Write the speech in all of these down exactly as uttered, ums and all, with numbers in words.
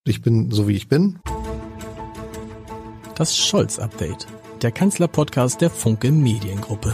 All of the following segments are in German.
Ich bin so, wie ich bin. Das Scholz-Update, der Kanzler-Podcast der Funke Mediengruppe.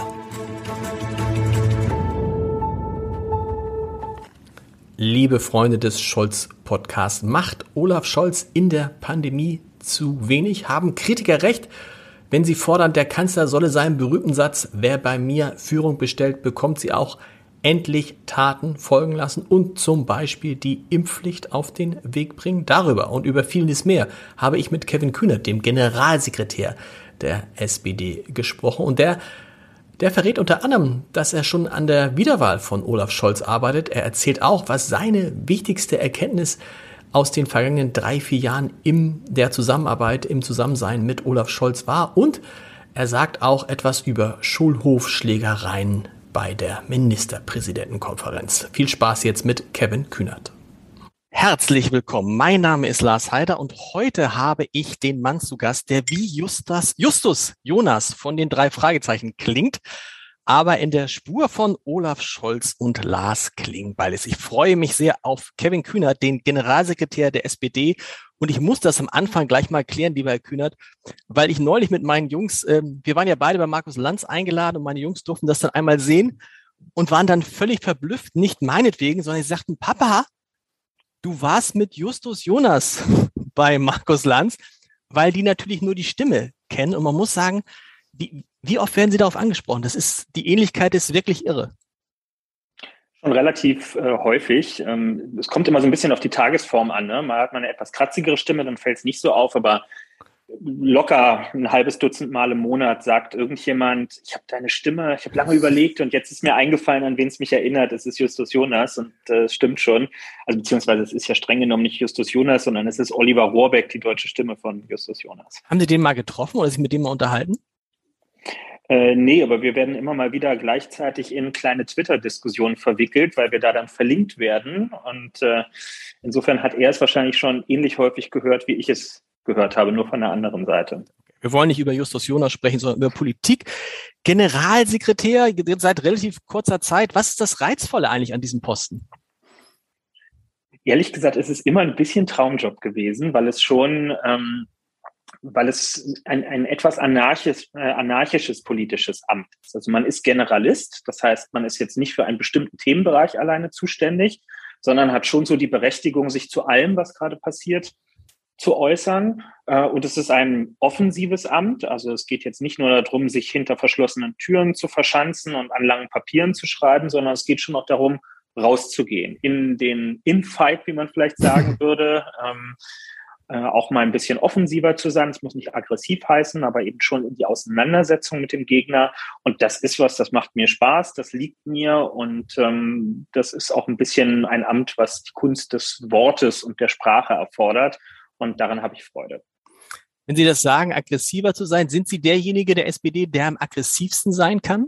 Liebe Freunde des Scholz-Podcasts, macht Olaf Scholz in der Pandemie zu wenig? Haben Kritiker recht, wenn sie fordern, der Kanzler solle seinen berühmten Satz, wer bei mir Führung bestellt, bekommt sie auch, endlich Taten folgen lassen und zum Beispiel die Impfpflicht auf den Weg bringen? Darüber und über vieles mehr habe ich mit Kevin Kühnert, dem Generalsekretär der S P D, gesprochen. Und der, der verrät unter anderem, dass er schon an der Wiederwahl von Olaf Scholz arbeitet. Er erzählt auch, was seine wichtigste Erkenntnis aus den vergangenen drei, vier Jahren in der Zusammenarbeit, im Zusammensein mit Olaf Scholz war. Und er sagt auch etwas über Schulhofschlägereien bei der Ministerpräsidentenkonferenz. Viel Spaß jetzt mit Kevin Kühnert. Herzlich willkommen. Mein Name ist Lars Heider und heute habe ich den Mann zu Gast, der wie Justus, Justus Jonas von den drei Fragezeichen klingt, aber in der Spur von Olaf Scholz und Lars Klingbeil ist. Ich freue mich sehr auf Kevin Kühnert, den Generalsekretär der S P D. Und ich muss das am Anfang gleich mal klären, lieber Herr Kühnert, weil ich neulich mit meinen Jungs, äh, wir waren ja beide bei Markus Lanz eingeladen und meine Jungs durften das dann einmal sehen und waren dann völlig verblüfft, nicht meinetwegen, sondern sie sagten, Papa, du warst mit Justus Jonas bei Markus Lanz, weil die natürlich nur die Stimme kennen. Und man muss sagen, wie, wie oft werden sie darauf angesprochen? Das ist, die Ähnlichkeit ist wirklich irre. Schon relativ äh, häufig. Ähm, es kommt immer so ein bisschen auf die Tagesform an. Ne? Mal hat man eine etwas kratzigere Stimme, dann fällt es nicht so auf, aber locker ein halbes Dutzend Mal im Monat sagt irgendjemand, ich habe deine Stimme, ich habe lange überlegt und jetzt ist mir eingefallen, an wen es mich erinnert. Es ist Justus Jonas und es äh, stimmt schon. Also beziehungsweise es ist ja streng genommen nicht Justus Jonas, sondern es ist Oliver Rohrbeck, die deutsche Stimme von Justus Jonas. Haben Sie den mal getroffen oder sich mit dem mal unterhalten? Äh, nee, aber wir werden immer mal wieder gleichzeitig in kleine Twitter-Diskussionen verwickelt, weil wir da dann verlinkt werden. Und äh, insofern hat er es wahrscheinlich schon ähnlich häufig gehört, wie ich es gehört habe, nur von der anderen Seite. Wir wollen nicht über Justus Jonas sprechen, sondern über Politik. Generalsekretär seit relativ kurzer Zeit. Was ist das Reizvolle eigentlich an diesem Posten? Ehrlich gesagt, es ist immer ein bisschen Traumjob gewesen, weil es schon... Ähm, weil es ein, ein etwas anarchisch, äh, anarchisches politisches Amt ist. Also man ist Generalist, das heißt, man ist jetzt nicht für einen bestimmten Themenbereich alleine zuständig, sondern hat schon so die Berechtigung, sich zu allem, was gerade passiert, zu äußern. Äh, und es ist ein offensives Amt, also es geht jetzt nicht nur darum, sich hinter verschlossenen Türen zu verschanzen und an langen Papieren zu schreiben, sondern es geht schon auch darum, rauszugehen, in den Infight, wie man vielleicht sagen würde, ähm, Äh, auch mal ein bisschen offensiver zu sein. Es muss nicht aggressiv heißen, aber eben schon in die Auseinandersetzung mit dem Gegner. Und das ist was, das macht mir Spaß, das liegt mir und ähm, das ist auch ein bisschen ein Amt, was die Kunst des Wortes und der Sprache erfordert. Und daran habe ich Freude. Wenn Sie das sagen, aggressiver zu sein, sind Sie derjenige der S P D, der am aggressivsten sein kann?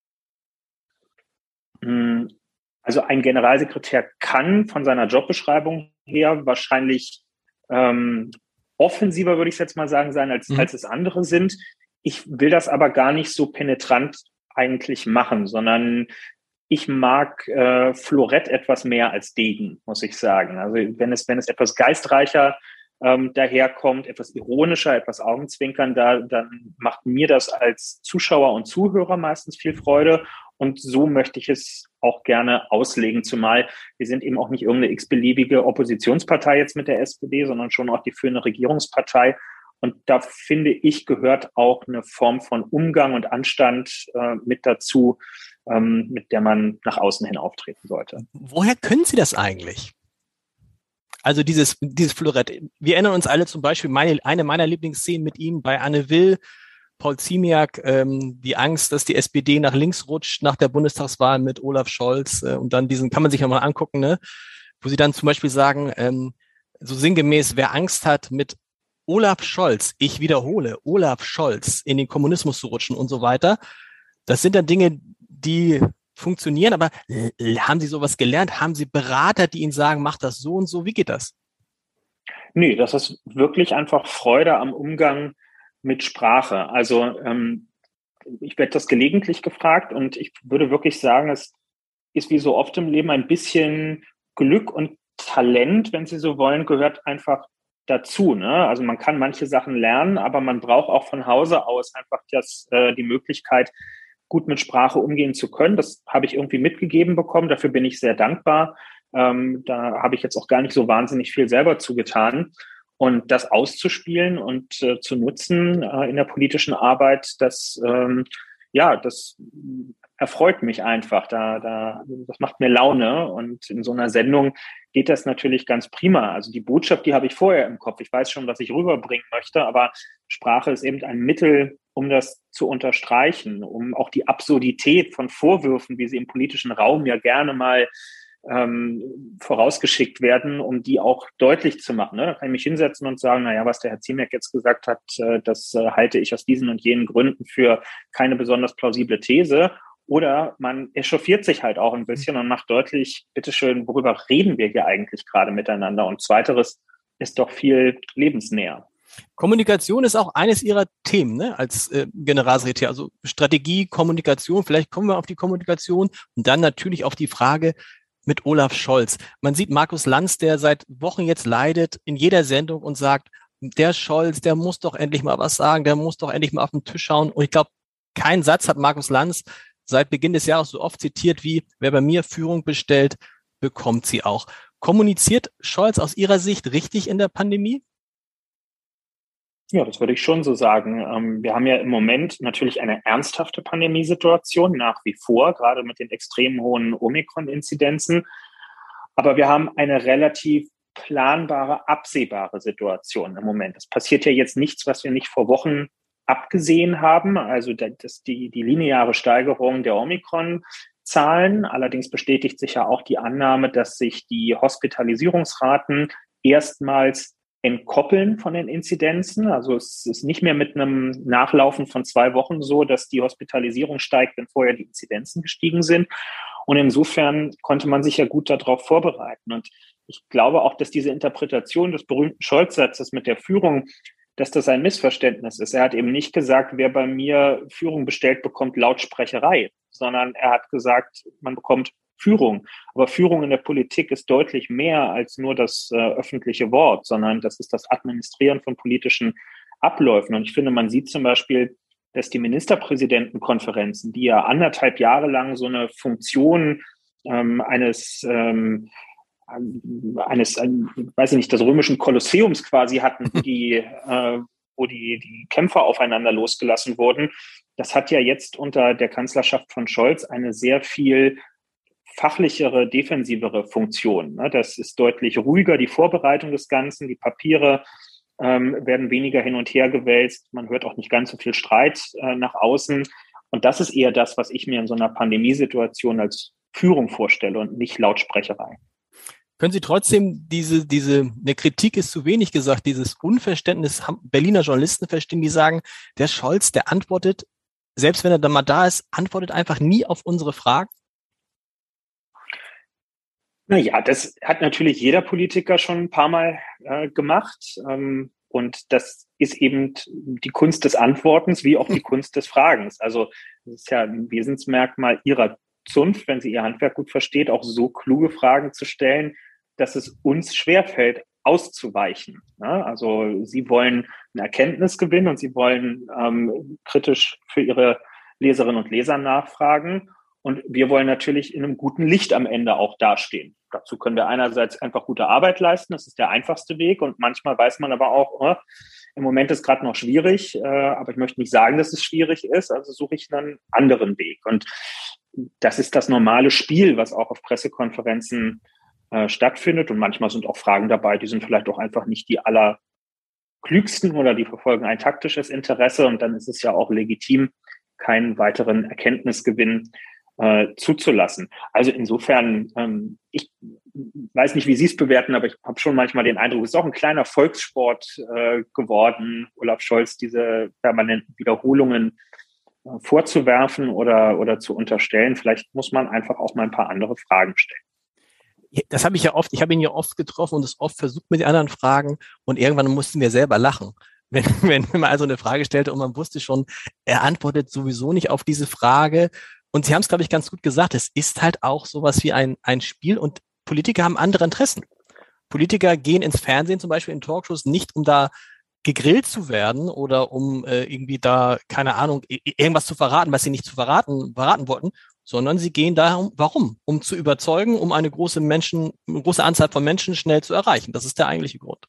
Also ein Generalsekretär kann von seiner Jobbeschreibung her wahrscheinlich Ähm, offensiver, würde ich jetzt mal sagen, sein, als, mhm. als es andere sind. Ich will das aber gar nicht so penetrant eigentlich machen, sondern ich mag äh, Florett etwas mehr als Degen, muss ich sagen. Also wenn es, wenn es etwas geistreicher ähm, daherkommt, etwas ironischer, etwas augenzwinkernder, dann macht mir das als Zuschauer und Zuhörer meistens viel Freude. Und so möchte ich es auch gerne auslegen, zumal wir sind eben auch nicht irgendeine x-beliebige Oppositionspartei jetzt mit der S P D, sondern schon auch die führende Regierungspartei. Und da finde ich, gehört auch eine Form von Umgang und Anstand äh, mit dazu, ähm, mit der man nach außen hin auftreten sollte. Woher können Sie das eigentlich? Also dieses, dieses Florett. Wir erinnern uns alle zum Beispiel, meine, eine meiner Lieblingsszenen mit ihm bei Anne Will, Paul Ziemiak, ähm, die Angst, dass die S P D nach links rutscht nach der Bundestagswahl mit Olaf Scholz äh, und dann diesen, kann man sich ja mal angucken, ne, wo sie dann zum Beispiel sagen, ähm, so sinngemäß, wer Angst hat mit Olaf Scholz, ich wiederhole, Olaf Scholz in den Kommunismus zu rutschen und so weiter, das sind dann Dinge, die funktionieren, aber äh, haben Sie sowas gelernt? Haben Sie Berater, die Ihnen sagen, mach das so und so? Wie geht das? Nee, das ist wirklich einfach Freude am Umgang mit Sprache. Also ähm, ich werde das gelegentlich gefragt und ich würde wirklich sagen, es ist wie so oft im Leben ein bisschen Glück und Talent, wenn Sie so wollen, gehört einfach dazu. Ne? Also man kann manche Sachen lernen, aber man braucht auch von Hause aus einfach das, äh, die Möglichkeit, gut mit Sprache umgehen zu können. Das habe ich irgendwie mitgegeben bekommen. Dafür bin ich sehr dankbar. Ähm, da habe ich jetzt auch gar nicht so wahnsinnig viel selber zugetan. Und das auszuspielen und äh, zu nutzen äh, in der politischen Arbeit, das, ähm, ja, das erfreut mich einfach. Da, da, das macht mir Laune. Und in so einer Sendung geht das natürlich ganz prima. Also die Botschaft, die habe ich vorher im Kopf. Ich weiß schon, was ich rüberbringen möchte, aber Sprache ist eben ein Mittel, um das zu unterstreichen, um auch die Absurdität von Vorwürfen, wie sie im politischen Raum ja gerne mal ähm, vorausgeschickt werden, um die auch deutlich zu machen. Ne? Da kann ich mich hinsetzen und sagen, naja, was der Herr Ziemiak jetzt gesagt hat, äh, das äh, halte ich aus diesen und jenen Gründen für keine besonders plausible These. Oder man echauffiert sich halt auch ein bisschen und macht deutlich, bitteschön, worüber reden wir hier eigentlich gerade miteinander? Und zweiteres ist doch viel lebensnäher. Kommunikation ist auch eines Ihrer Themen, ne, als äh, Generalsekretär. Also Strategie, Kommunikation, vielleicht kommen wir auf die Kommunikation und dann natürlich auf die Frage mit Olaf Scholz. Man sieht Markus Lanz, der seit Wochen jetzt leidet, in jeder Sendung und sagt, der Scholz, der muss doch endlich mal was sagen, der muss doch endlich mal auf den Tisch schauen. Und ich glaube, kein Satz hat Markus Lanz seit Beginn des Jahres so oft zitiert wie, wer bei mir Führung bestellt, bekommt sie auch. Kommuniziert Scholz aus Ihrer Sicht richtig in der Pandemie? Ja, das würde ich schon so sagen. Wir haben ja im Moment natürlich eine ernsthafte Pandemiesituation nach wie vor, gerade mit den extrem hohen Omikron-Inzidenzen. Aber wir haben eine relativ planbare, absehbare Situation im Moment. Es passiert ja jetzt nichts, was wir nicht vor Wochen abgesehen haben. Also das, die, die lineare Steigerung der Omikron-Zahlen. Allerdings bestätigt sich ja auch die Annahme, dass sich die Hospitalisierungsraten erstmals entkoppeln von den Inzidenzen. Also es ist nicht mehr mit einem Nachlaufen von zwei Wochen so, dass die Hospitalisierung steigt, wenn vorher die Inzidenzen gestiegen sind. Und insofern konnte man sich ja gut darauf vorbereiten. Und ich glaube auch, dass diese Interpretation des berühmten Scholz-Satzes mit der Führung, dass das ein Missverständnis ist. Er hat eben nicht gesagt, wer bei mir Führung bestellt, bekommt Lautsprecherei, sondern er hat gesagt, man bekommt Führung. Aber Führung in der Politik ist deutlich mehr als nur das äh, öffentliche Wort, sondern das ist das Administrieren von politischen Abläufen. Und ich finde, man sieht zum Beispiel, dass die Ministerpräsidentenkonferenzen, die ja anderthalb Jahre lang so eine Funktion ähm, eines ähm, eines, ein, weiß ich nicht, des römischen Kolosseums quasi hatten, wo die, äh, wo die, die Kämpfer aufeinander losgelassen wurden. Das hat ja jetzt unter der Kanzlerschaft von Scholz eine sehr viel fachlichere, defensivere Funktion. Ne? Das ist deutlich ruhiger, die Vorbereitung des Ganzen, die Papiere ähm, werden weniger hin und her gewälzt. Man hört auch nicht ganz so viel Streit äh, nach außen. Und das ist eher das, was ich mir in so einer Pandemiesituation als Führung vorstelle und nicht Lautsprecherei. Können Sie trotzdem diese, diese, eine Kritik ist zu wenig gesagt, dieses Unverständnis Berliner Journalisten verstehen, die sagen, der Scholz, der antwortet, selbst wenn er dann mal da ist, antwortet einfach nie auf unsere Fragen? Naja, das hat natürlich jeder Politiker schon ein paar Mal äh, gemacht. Ähm, und das ist eben die Kunst des Antwortens wie auch die Kunst des Fragens. Also das ist ja ein Wesensmerkmal Ihrer Zunft, wenn sie ihr Handwerk gut versteht, auch so kluge Fragen zu stellen, dass es uns schwerfällt, auszuweichen. Ja, also Sie wollen eine Erkenntnis gewinnen und Sie wollen ähm, kritisch für Ihre Leserinnen und Leser nachfragen. Und wir wollen natürlich in einem guten Licht am Ende auch dastehen. Dazu können wir einerseits einfach gute Arbeit leisten, das ist der einfachste Weg. Und manchmal weiß man aber auch, oh, im Moment ist gerade noch schwierig, äh, aber ich möchte nicht sagen, dass es schwierig ist, also suche ich einen anderen Weg. Und das ist das normale Spiel, was auch auf Pressekonferenzen äh, stattfindet. Und manchmal sind auch Fragen dabei, die sind vielleicht auch einfach nicht die allerklügsten oder die verfolgen ein taktisches Interesse. Und dann ist es ja auch legitim, keinen weiteren Erkenntnisgewinn äh, zuzulassen. Also insofern, ähm, ich weiß nicht, wie Sie es bewerten, aber ich habe schon manchmal den Eindruck, es ist auch ein kleiner Volkssport äh, geworden, Olaf Scholz diese permanenten Wiederholungen äh, vorzuwerfen oder, oder zu unterstellen. Vielleicht muss man einfach auch mal ein paar andere Fragen stellen. Das habe ich ja oft, ich habe ihn ja oft getroffen und es oft versucht mit den anderen Fragen und irgendwann mussten wir selber lachen. Wenn, wenn man also eine Frage stellte und man wusste schon, er antwortet sowieso nicht auf diese Frage. Und Sie haben es, glaube ich, ganz gut gesagt, es ist halt auch sowas wie ein, ein Spiel und Politiker haben andere Interessen. Politiker gehen ins Fernsehen, zum Beispiel in Talkshows, nicht um da gegrillt zu werden oder um äh, irgendwie da, keine Ahnung, irgendwas zu verraten, was sie nicht zu verraten, verraten wollten, sondern sie gehen darum, warum? Um zu überzeugen, um eine große Menschen, eine große Anzahl von Menschen schnell zu erreichen. Das ist der eigentliche Grund.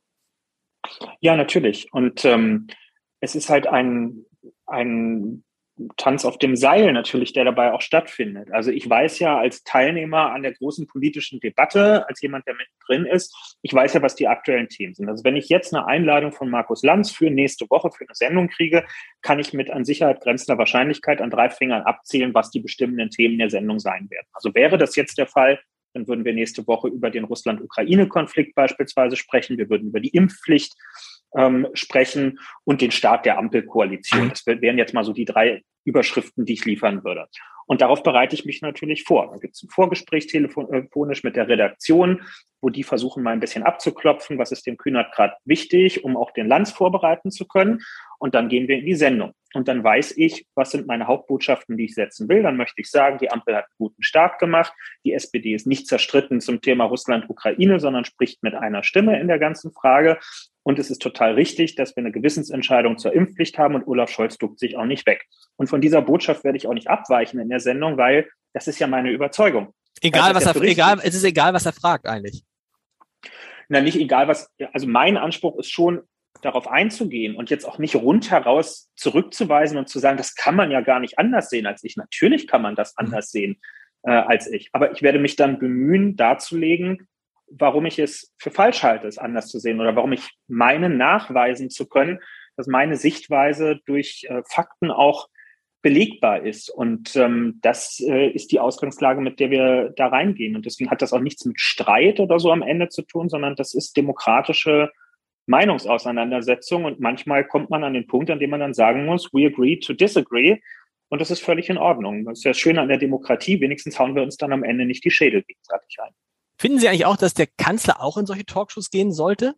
Ja, natürlich. Und ähm, es ist halt ein, ein Tanz auf dem Seil natürlich, der dabei auch stattfindet. Also ich weiß ja als Teilnehmer an der großen politischen Debatte, als jemand, der mittendrin ist, ich weiß ja, was die aktuellen Themen sind. Also wenn ich jetzt eine Einladung von Markus Lanz für nächste Woche für eine Sendung kriege, kann ich mit an Sicherheit grenzender Wahrscheinlichkeit an drei Fingern abzählen, was die bestimmenden Themen der Sendung sein werden. Also wäre das jetzt der Fall, dann würden wir nächste Woche über den Russland-Ukraine-Konflikt beispielsweise sprechen. Wir würden über die Impfpflicht ähm, sprechen und den Start der Ampelkoalition. Das wären jetzt mal so die drei Überschriften, die ich liefern würde. Und darauf bereite ich mich natürlich vor. Da gibt es ein Vorgespräch telefonisch mit der Redaktion, wo die versuchen, mal ein bisschen abzuklopfen, was ist dem Kühnert gerade wichtig, um auch den Lanz vorbereiten zu können. Und dann gehen wir in die Sendung. Und dann weiß ich, was sind meine Hauptbotschaften, die ich setzen will. Dann möchte ich sagen, die Ampel hat einen guten Start gemacht. Die S P D ist nicht zerstritten zum Thema Russland-Ukraine, sondern spricht mit einer Stimme in der ganzen Frage. Und es ist total richtig, dass wir eine Gewissensentscheidung zur Impfpflicht haben und Olaf Scholz duckt sich auch nicht weg. Und von dieser Botschaft werde ich auch nicht abweichen in der Sendung, weil das ist ja meine Überzeugung. Egal, was er, egal, es ist egal, was er fragt eigentlich. Na, nicht egal, was, also mein Anspruch ist schon, darauf einzugehen und jetzt auch nicht rundheraus zurückzuweisen und zu sagen, das kann man ja gar nicht anders sehen als ich. Natürlich kann man das anders sehen äh, als ich. Aber ich werde mich dann bemühen, darzulegen, warum ich es für falsch halte, es anders zu sehen oder warum ich meine nachweisen zu können, dass meine Sichtweise durch äh, Fakten auch belegbar ist. Und ähm, das äh, ist die Ausgangslage, mit der wir da reingehen. Und deswegen hat das auch nichts mit Streit oder so am Ende zu tun, sondern das ist demokratische Meinungsauseinandersetzung. Und manchmal kommt man an den Punkt, an dem man dann sagen muss, we agree to disagree. Und das ist völlig in Ordnung. Das ist ja das Schöne an der Demokratie. Wenigstens hauen wir uns dann am Ende nicht die Schädel gegenseitig ein. Finden Sie eigentlich auch, dass der Kanzler auch in solche Talkshows gehen sollte?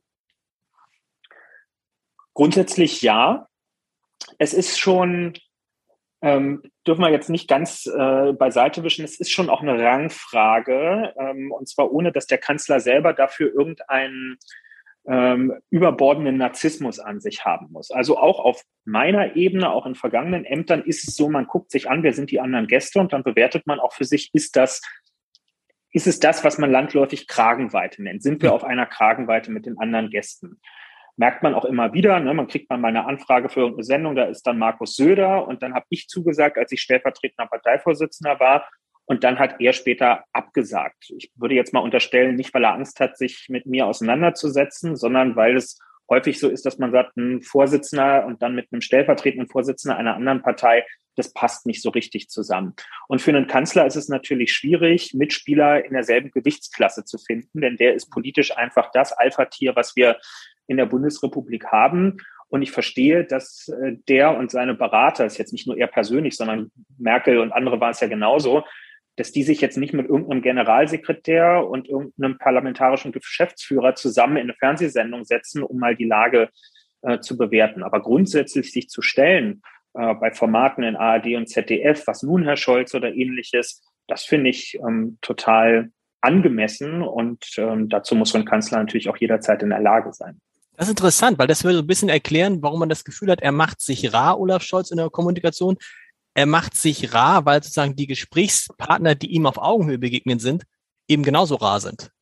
Grundsätzlich ja. Es ist schon, ähm, dürfen wir jetzt nicht ganz äh, beiseite wischen, es ist schon auch eine Rangfrage, ähm, und zwar ohne, dass der Kanzler selber dafür irgendeinen ähm, überbordenden Narzissmus an sich haben muss. Also auch auf meiner Ebene, auch in vergangenen Ämtern ist es so, man guckt sich an, wer sind die anderen Gäste und dann bewertet man auch für sich, ist das Ist es das, was man landläufig Kragenweite nennt? Sind wir auf einer Kragenweite mit den anderen Gästen? Merkt man auch immer wieder, ne? Man kriegt mal eine Anfrage für irgendeine Sendung, da ist dann Markus Söder und dann habe ich zugesagt, als ich stellvertretender Parteivorsitzender war und dann hat er später abgesagt. Ich würde jetzt mal unterstellen, nicht weil er Angst hat, sich mit mir auseinanderzusetzen, sondern weil es häufig so ist, dass man sagt, ein Vorsitzender und dann mit einem stellvertretenden Vorsitzender einer anderen Partei, das passt nicht so richtig zusammen. Und für einen Kanzler ist es natürlich schwierig, Mitspieler in derselben Gewichtsklasse zu finden, denn der ist politisch einfach das Alpha-Tier, was wir in der Bundesrepublik haben. Und ich verstehe, dass der und seine Berater, das ist jetzt nicht nur er persönlich, sondern Merkel und andere waren es ja genauso, dass die sich jetzt nicht mit irgendeinem Generalsekretär und irgendeinem parlamentarischen Geschäftsführer zusammen in eine Fernsehsendung setzen, um mal die Lage äh, zu bewerten. Aber grundsätzlich sich zu stellen, äh, bei Formaten in A R D und Z D F, was nun Herr Scholz oder ähnliches, das finde ich ähm, total angemessen und ähm, dazu muss so ein Kanzler natürlich auch jederzeit in der Lage sein. Das ist interessant, weil das würde so ein bisschen erklären, warum man das Gefühl hat, er macht sich rar, Olaf Scholz, in der Kommunikation. Er macht sich rar, weil sozusagen die Gesprächspartner, die ihm auf Augenhöhe begegnen sind, eben genauso rar sind.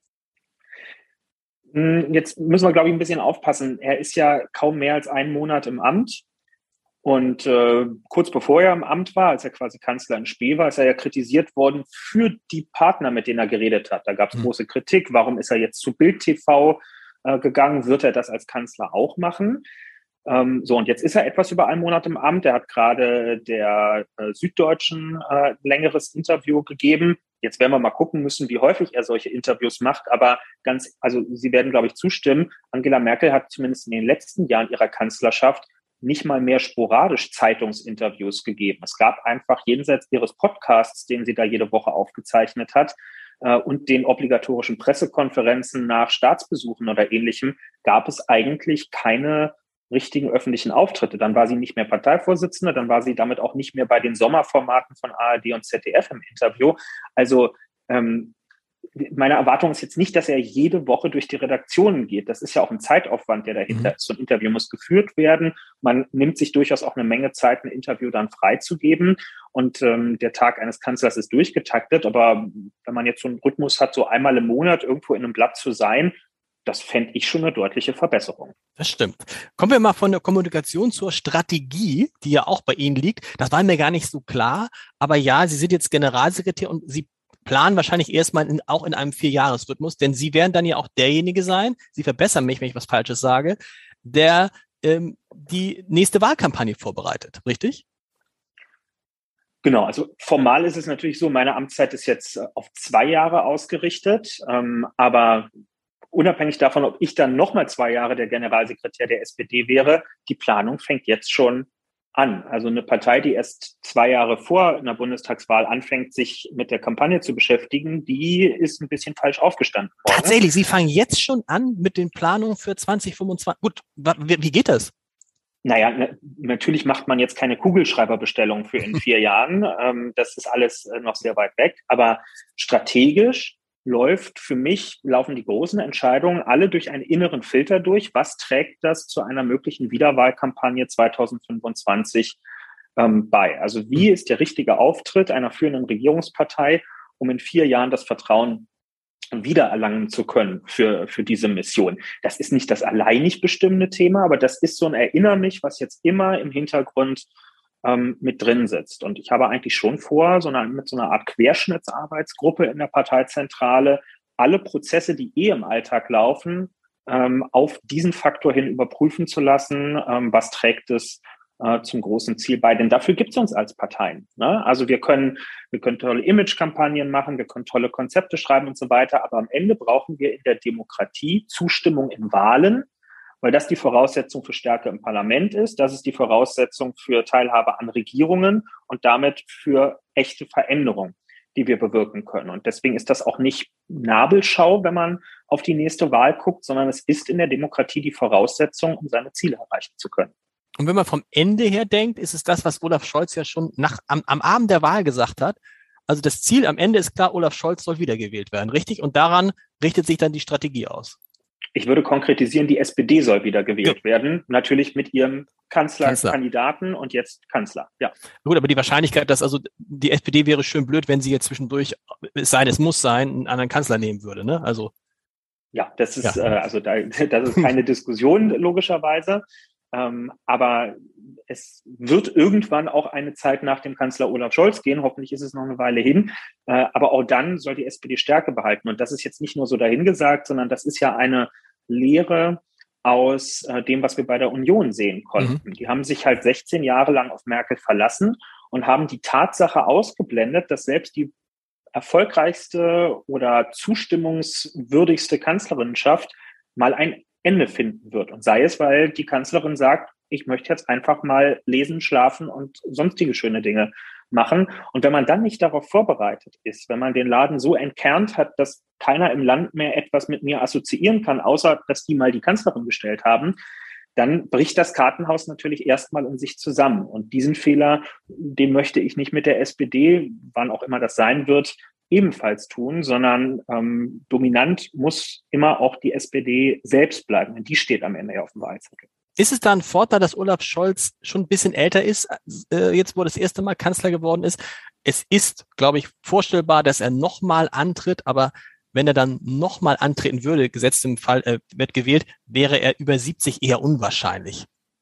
Jetzt müssen wir, glaube ich, ein bisschen aufpassen. Er ist ja kaum mehr als einen Monat im Amt. Und äh, kurz bevor er im Amt war, als er quasi Kanzler in Spee war, ist er ja kritisiert worden für die Partner, mit denen er geredet hat. Da gab es mhm. große Kritik. Warum ist er jetzt zu Bild T V äh, gegangen? Wird er das als Kanzler auch machen? Ähm, so, und jetzt ist er etwas über einen Monat im Amt. Er hat gerade der äh, Süddeutschen äh, ein längeres Interview gegeben. Jetzt werden wir mal gucken müssen, wie häufig er solche Interviews macht. Aber ganz, also Sie werden, glaube ich, zustimmen. Angela Merkel hat zumindest in den letzten Jahren ihrer Kanzlerschaft nicht mal mehr sporadisch Zeitungsinterviews gegeben. Es gab einfach jenseits ihres Podcasts, den sie da jede Woche aufgezeichnet hat, äh, und den obligatorischen Pressekonferenzen nach Staatsbesuchen oder Ähnlichem, gab es eigentlich keine richtigen öffentlichen Auftritte. Dann war sie nicht mehr Parteivorsitzende, dann war sie damit auch nicht mehr bei den Sommerformaten von A R D und Z D F im Interview. Also ähm, meine Erwartung ist jetzt nicht, dass er jede Woche durch die Redaktionen geht. Das ist ja auch ein Zeitaufwand, der dahinter Mhm. ist. So ein Interview muss geführt werden. Man nimmt sich durchaus auch eine Menge Zeit, ein Interview dann freizugeben. Und ähm, der Tag eines Kanzlers ist durchgetaktet. Aber wenn man jetzt so einen Rhythmus hat, so einmal im Monat irgendwo in einem Blatt zu sein, das fände ich schon eine deutliche Verbesserung. Das stimmt. Kommen wir mal von der Kommunikation zur Strategie, die ja auch bei Ihnen liegt. Das war mir gar nicht so klar. Aber ja, Sie sind jetzt Generalsekretär und Sie planen wahrscheinlich erstmal in, auch in einem Vierjahresrhythmus, denn Sie werden dann ja auch derjenige sein, Sie verbessern mich, wenn ich was Falsches sage, der ähm, die nächste Wahlkampagne vorbereitet, richtig? Genau, also formal ist es natürlich so, meine Amtszeit ist jetzt auf zwei Jahre ausgerichtet, ähm, aber unabhängig davon, ob ich dann nochmal zwei Jahre der Generalsekretär der S P D wäre, die Planung fängt jetzt schon an. Also eine Partei, die erst zwei Jahre vor einer Bundestagswahl anfängt, sich mit der Kampagne zu beschäftigen, die ist ein bisschen falsch aufgestanden worden. Tatsächlich, Sie fangen jetzt schon an mit den Planungen für zwanzig fünfundzwanzig. Gut, wie, wie geht das? Naja, ne, natürlich macht man jetzt keine Kugelschreiberbestellung für in vier Jahren. Ähm, das ist alles äh, noch sehr weit weg. Aber strategisch läuft für mich, laufen die großen Entscheidungen alle durch einen inneren Filter durch. Was trägt das zu einer möglichen Wiederwahlkampagne zwanzig fünfundzwanzig ähm, bei? Also wie ist der richtige Auftritt einer führenden Regierungspartei, um in vier Jahren das Vertrauen wiedererlangen zu können für, für diese Mission? Das ist nicht das alleinig bestimmende Thema, aber das ist so ein Erinner mich, was jetzt immer im Hintergrund ähm, mit drin sitzt. Und ich habe eigentlich schon vor, so eine, mit so einer Art Querschnittsarbeitsgruppe in der Parteizentrale alle Prozesse, die eh im Alltag laufen, ähm, auf diesen Faktor hin überprüfen zu lassen. Ähm, was trägt es äh, zum großen Ziel bei? Denn dafür gibt es uns als Parteien. Ne? Also wir können, wir können tolle Imagekampagnen machen, wir können tolle Konzepte schreiben und so weiter. Aber am Ende brauchen wir in der Demokratie Zustimmung in Wahlen, weil das die Voraussetzung für Stärke im Parlament ist. Das ist die Voraussetzung für Teilhabe an Regierungen und damit für echte Veränderung, die wir bewirken können. Und deswegen ist das auch nicht Nabelschau, wenn man auf die nächste Wahl guckt, sondern es ist in der Demokratie die Voraussetzung, um seine Ziele erreichen zu können. Und wenn man vom Ende her denkt, ist es das, was Olaf Scholz ja schon nach, am, am Abend der Wahl gesagt hat. Also das Ziel am Ende ist klar, Olaf Scholz soll wiedergewählt werden, richtig? Und daran richtet sich dann die Strategie aus. Ich würde konkretisieren, die S P D soll wieder gewählt ja. werden. Natürlich mit ihrem Kanzlerkandidaten und jetzt Kanzler. Ja. Gut, aber die Wahrscheinlichkeit, dass also die S P D wäre schön blöd, wenn sie jetzt zwischendurch, es sei, es muss sein, einen anderen Kanzler nehmen würde, ne? Also. Ja, das ist, ja. Äh, also da, das ist keine Diskussion, logischerweise. Ähm, aber es wird irgendwann auch eine Zeit nach dem Kanzler Olaf Scholz gehen. Hoffentlich ist es noch eine Weile hin. Äh, aber auch dann soll die S P D Stärke behalten. Und das ist jetzt nicht nur so dahingesagt, sondern das ist ja eine Lehre aus äh, dem, was wir bei der Union sehen konnten. Mhm. Die haben sich halt sechzehn Jahre lang auf Merkel verlassen und haben die Tatsache ausgeblendet, dass selbst die erfolgreichste oder zustimmungswürdigste Kanzlerinnenschaft mal ein Ende finden wird. Und sei es, weil die Kanzlerin sagt, ich möchte jetzt einfach mal lesen, schlafen und sonstige schöne Dinge machen. Und wenn man dann nicht darauf vorbereitet ist, wenn man den Laden so entkernt hat, dass keiner im Land mehr etwas mit mir assoziieren kann, außer dass die mal die Kanzlerin gestellt haben, dann bricht das Kartenhaus natürlich erstmal in sich zusammen. Und diesen Fehler, den möchte ich nicht mit der S P D, wann auch immer das sein wird, ebenfalls tun, sondern ähm, dominant muss immer auch die S P D selbst bleiben. Und die steht am Ende ja auf dem Wahlzettel. Ist es da ein Vorteil, dass Olaf Scholz schon ein bisschen älter ist, äh, jetzt wo er das erste Mal Kanzler geworden ist? Es ist, glaube ich, vorstellbar, dass er nochmal antritt, aber wenn er dann nochmal antreten würde, gesetzt im Fall, äh, wird gewählt, wäre er über siebzig eher unwahrscheinlich.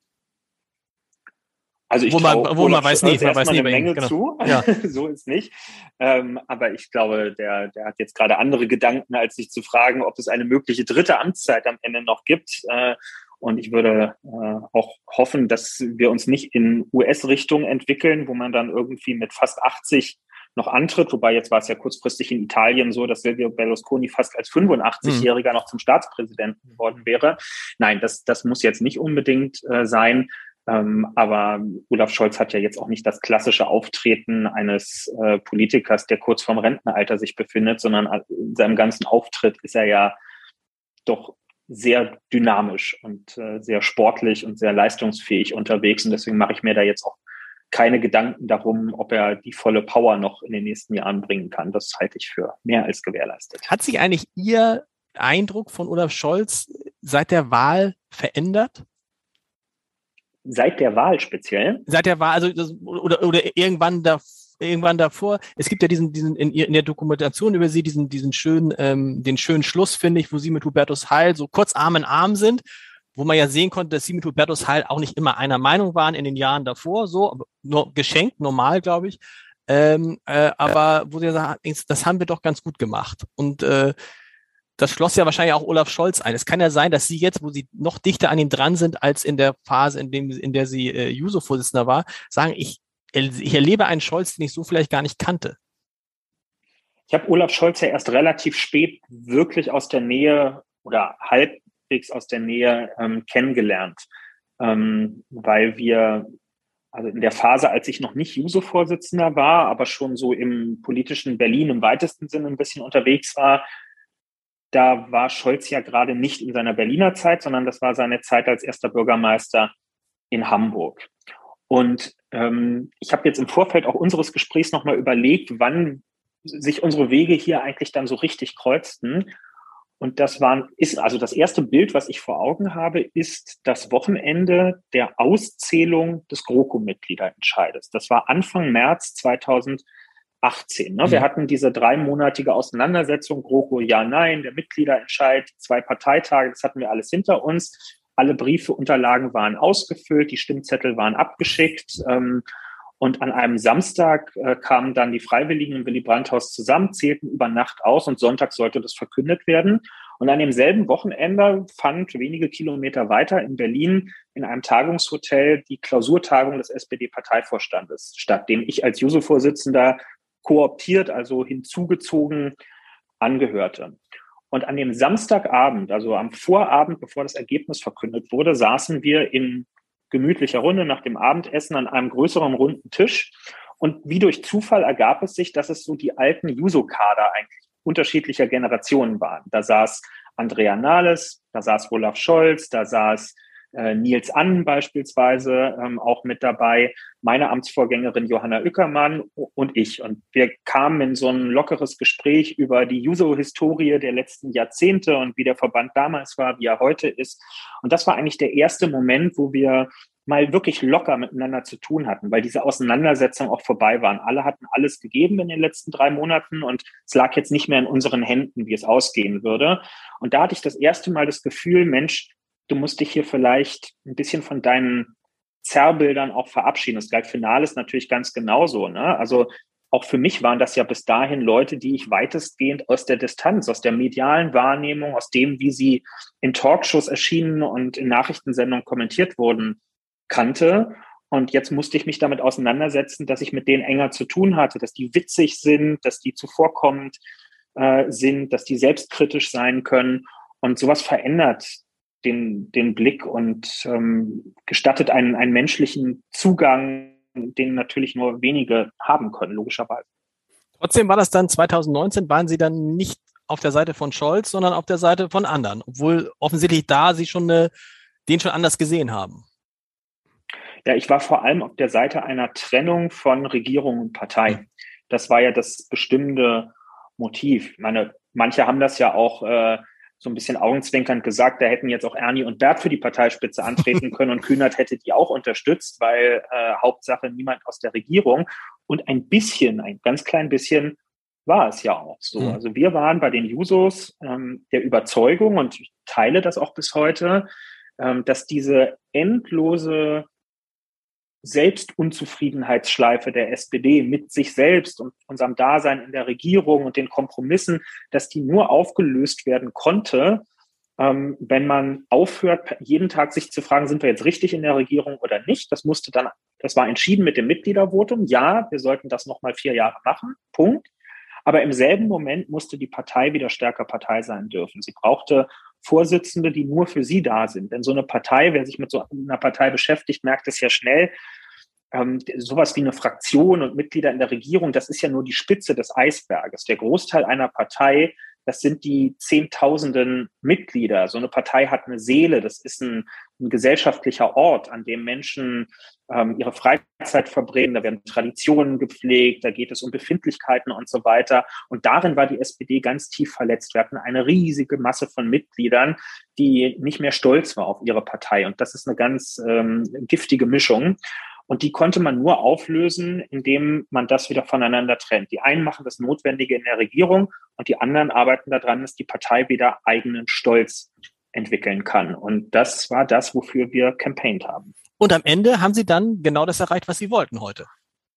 Also ich wo man, traue wo man weiß nie, man weiß nie eine Menge genau. zu. Ja. So ist nicht. Ähm, aber ich glaube, der, der hat jetzt gerade andere Gedanken, als sich zu fragen, ob es eine mögliche dritte Amtszeit am Ende noch gibt. Äh, und ich würde äh, auch hoffen, dass wir uns nicht in U S-Richtung entwickeln, wo man dann irgendwie mit fast achtzig noch antritt. Wobei jetzt war es ja kurzfristig in Italien so, dass Silvio Berlusconi fast als fünfundachtzig-Jähriger noch zum Staatspräsidenten geworden wäre. Nein, das, das muss jetzt nicht unbedingt äh, sein. Ähm, aber Olaf Scholz hat ja jetzt auch nicht das klassische Auftreten eines äh, Politikers, der kurz vorm Rentenalter sich befindet, sondern in seinem ganzen Auftritt ist er ja doch sehr dynamisch und äh, sehr sportlich und sehr leistungsfähig unterwegs. Und deswegen mache ich mir da jetzt auch keine Gedanken darum, ob er die volle Power noch in den nächsten Jahren bringen kann. Das halte ich für mehr als gewährleistet. Hat sich eigentlich Ihr Eindruck von Olaf Scholz seit der Wahl verändert? Seit der Wahl speziell? Seit der Wahl, also das, oder, oder irgendwann da, irgendwann davor. Es gibt ja diesen, diesen in, in der Dokumentation über Sie diesen, diesen schönen, ähm, den schönen Schluss, finde ich, wo Sie mit Hubertus Heil so kurz Arm in Arm sind, wo man ja sehen konnte, dass Sie mit Hubertus Heil auch nicht immer einer Meinung waren in den Jahren davor, so, aber nur geschenkt, normal, glaube ich. Ähm, äh, aber wo Sie sagen, das haben wir doch ganz gut gemacht. Und äh, das schloss ja wahrscheinlich auch Olaf Scholz ein. Es kann ja sein, dass Sie jetzt, wo Sie noch dichter an ihm dran sind, als in der Phase, in, dem, in der Sie äh, Juso-Vorsitzender war, sagen, ich, ich erlebe einen Scholz, den ich so vielleicht gar nicht kannte. Ich habe Olaf Scholz ja erst relativ spät wirklich aus der Nähe oder halbwegs aus der Nähe ähm, kennengelernt, ähm, weil wir, also in der Phase, als ich noch nicht Juso-Vorsitzender war, aber schon so im politischen Berlin im weitesten Sinne ein bisschen unterwegs war, da war Scholz ja gerade nicht in seiner Berliner Zeit, sondern das war seine Zeit als erster Bürgermeister in Hamburg. Und ähm, ich habe jetzt im Vorfeld auch unseres Gesprächs nochmal überlegt, wann sich unsere Wege hier eigentlich dann so richtig kreuzten. Und das waren, ist, also das erste Bild, was ich vor Augen habe, ist das Wochenende der Auszählung des GroKo-Mitgliederentscheides. Das war Anfang März zweitausendachtzehn. Ne? Mhm. Wir hatten diese dreimonatige Auseinandersetzung, GroKo ja, nein, der Mitgliederentscheid, zwei Parteitage, das hatten wir alles hinter uns. Alle Briefe, Unterlagen waren ausgefüllt, die Stimmzettel waren abgeschickt. Ähm, und an einem Samstag äh, kamen dann die Freiwilligen im Willy-Brandt-Haus zusammen, zählten über Nacht aus und Sonntag sollte das verkündet werden. Und an demselben Wochenende fand wenige Kilometer weiter in Berlin in einem Tagungshotel die Klausurtagung des S P D-Parteivorstandes statt, dem ich als Juso-Vorsitzender kooptiert, also hinzugezogen, angehörte. Und an dem Samstagabend, also am Vorabend, bevor das Ergebnis verkündet wurde, saßen wir in gemütlicher Runde nach dem Abendessen an einem größeren runden Tisch. Und wie durch Zufall ergab es sich, dass es so die alten Juso-Kader eigentlich unterschiedlicher Generationen waren. Da saß Andrea Nahles, da saß Olaf Scholz, da saß äh, Nils Annen beispielsweise ähm, auch mit dabei, meine Amtsvorgängerin Johanna Ueckermann und ich. Und wir kamen in so ein lockeres Gespräch über die Juso-Historie der letzten Jahrzehnte und wie der Verband damals war, wie er heute ist. Und das war eigentlich der erste Moment, wo wir mal wirklich locker miteinander zu tun hatten, weil diese Auseinandersetzungen auch vorbei waren. Alle hatten alles gegeben in den letzten drei Monaten und es lag jetzt nicht mehr in unseren Händen, wie es ausgehen würde. Und da hatte ich das erste Mal das Gefühl, Mensch, du musst dich hier vielleicht ein bisschen von deinen Zerrbildern auch verabschieden. Das galt für Nahles natürlich ganz genauso, ne? Also auch für mich waren das ja bis dahin Leute, die ich weitestgehend aus der Distanz, aus der medialen Wahrnehmung, aus dem, wie sie in Talkshows erschienen und in Nachrichtensendungen kommentiert wurden, kannte. Und jetzt musste ich mich damit auseinandersetzen, dass ich mit denen enger zu tun hatte, dass die witzig sind, dass die zuvorkommend äh, sind, dass die selbstkritisch sein können. Und sowas verändert den, den Blick und ähm, gestattet einen, einen menschlichen Zugang, den natürlich nur wenige haben können, logischerweise. Trotzdem war das dann zweitausendneunzehn, waren Sie dann nicht auf der Seite von Scholz, sondern auf der Seite von anderen, obwohl offensichtlich da Sie schon eine, den schon anders gesehen haben. Ja, ich war vor allem auf der Seite einer Trennung von Regierung und Partei. Das war ja das bestimmende Motiv. Ich meine, manche haben das ja auch äh, so ein bisschen augenzwinkernd gesagt, da hätten jetzt auch Ernie und Bert für die Parteispitze antreten können und Kühnert hätte die auch unterstützt, weil äh, Hauptsache niemand aus der Regierung. Und ein bisschen, ein ganz klein bisschen war es ja auch so. Also wir waren bei den Jusos ähm, der Überzeugung, und ich teile das auch bis heute, ähm, dass diese endlose Selbstunzufriedenheitsschleife der S P D mit sich selbst und unserem Dasein in der Regierung und den Kompromissen, dass die nur aufgelöst werden konnte, ähm, wenn man aufhört, jeden Tag sich zu fragen, sind wir jetzt richtig in der Regierung oder nicht. Das musste dann, das war entschieden mit dem Mitgliedervotum. Ja, wir sollten das nochmal vier Jahre machen. Punkt. Aber im selben Moment musste die Partei wieder stärker Partei sein dürfen. Sie brauchte Vorsitzende, die nur für sie da sind. Denn so eine Partei, wer sich mit so einer Partei beschäftigt, merkt es ja schnell, ähm, sowas wie eine Fraktion und Mitglieder in der Regierung, das ist ja nur die Spitze des Eisberges. Der Großteil einer Partei das sind die Zehntausenden Mitglieder. So eine Partei hat eine Seele, das ist ein, ein gesellschaftlicher Ort, an dem Menschen ähm, ihre Freizeit verbringen, da werden Traditionen gepflegt, da geht es um Befindlichkeiten und so weiter. Und darin war die S P D ganz tief verletzt. Wir hatten eine riesige Masse von Mitgliedern, die nicht mehr stolz war auf ihre Partei. Und das ist eine ganz ähm, giftige Mischung. Und die konnte man nur auflösen, indem man das wieder voneinander trennt. Die einen machen das Notwendige in der Regierung und die anderen arbeiten daran, dass die Partei wieder eigenen Stolz entwickeln kann. Und das war das, wofür wir campaigned haben. Und am Ende haben Sie dann genau das erreicht, was Sie wollten heute.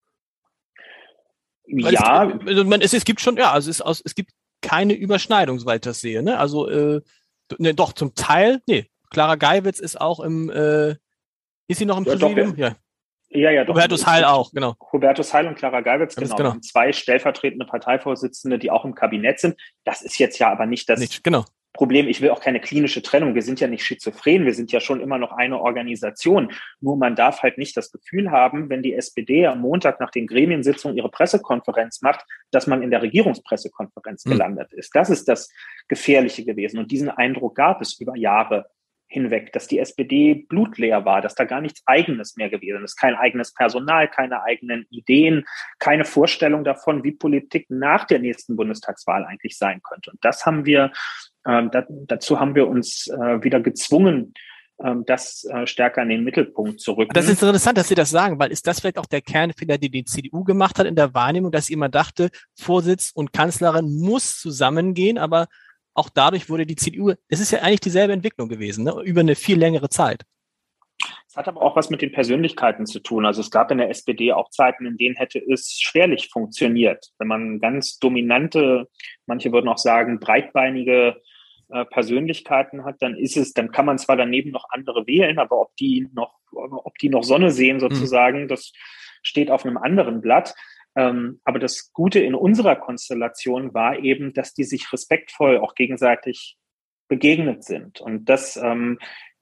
Weil ja. Es, also man, es, es gibt schon, ja, also es, aus, es gibt keine Überschneidung, soweit ich das sehe. Ne? Also äh, ne, doch, zum Teil, nee, Clara Geiwitz ist auch im, äh, ist sie noch im ja, Präsidium? Doch, ja. Ja, ja, doch. Hubertus Heil auch, genau. Hubertus Heil und Clara Geiwitz, genau. genau. Und zwei stellvertretende Parteivorsitzende, die auch im Kabinett sind. Das ist jetzt ja aber nicht das nicht, genau. Problem. Ich will auch keine klinische Trennung. Wir sind ja nicht schizophren. Wir sind ja schon immer noch eine Organisation. Nur man darf halt nicht das Gefühl haben, wenn die S P D am Montag nach den Gremiensitzungen ihre Pressekonferenz macht, dass man in der Regierungspressekonferenz hm. gelandet ist. Das ist das Gefährliche gewesen. Und diesen Eindruck gab es über Jahre hinweg, dass die S P D blutleer war, dass da gar nichts Eigenes mehr gewesen ist. Kein eigenes Personal, keine eigenen Ideen, keine Vorstellung davon, wie Politik nach der nächsten Bundestagswahl eigentlich sein könnte. Und das haben wir, äh, da, dazu haben wir uns äh, wieder gezwungen, äh, das äh, stärker in den Mittelpunkt zu rücken. Das ist interessant, dass Sie das sagen, weil ist das vielleicht auch der Kernfehler, den die C D U gemacht hat in der Wahrnehmung, dass sie immer dachte, Vorsitz und Kanzlerin muss zusammengehen, aber auch dadurch wurde die C D U, es ist ja eigentlich dieselbe Entwicklung gewesen, ne, über eine viel längere Zeit. Es hat aber auch was mit den Persönlichkeiten zu tun. Also es gab in der S P D auch Zeiten, in denen hätte es schwerlich funktioniert. Wenn man ganz dominante, manche würden auch sagen, breitbeinige äh, Persönlichkeiten hat, dann ist es, dann kann man zwar daneben noch andere wählen, aber ob die noch, ob die noch Sonne sehen sozusagen, mhm. das steht auf einem anderen Blatt. Ähm, aber das Gute in unserer Konstellation war eben, dass die sich respektvoll auch gegenseitig begegnet sind. Und das, ähm,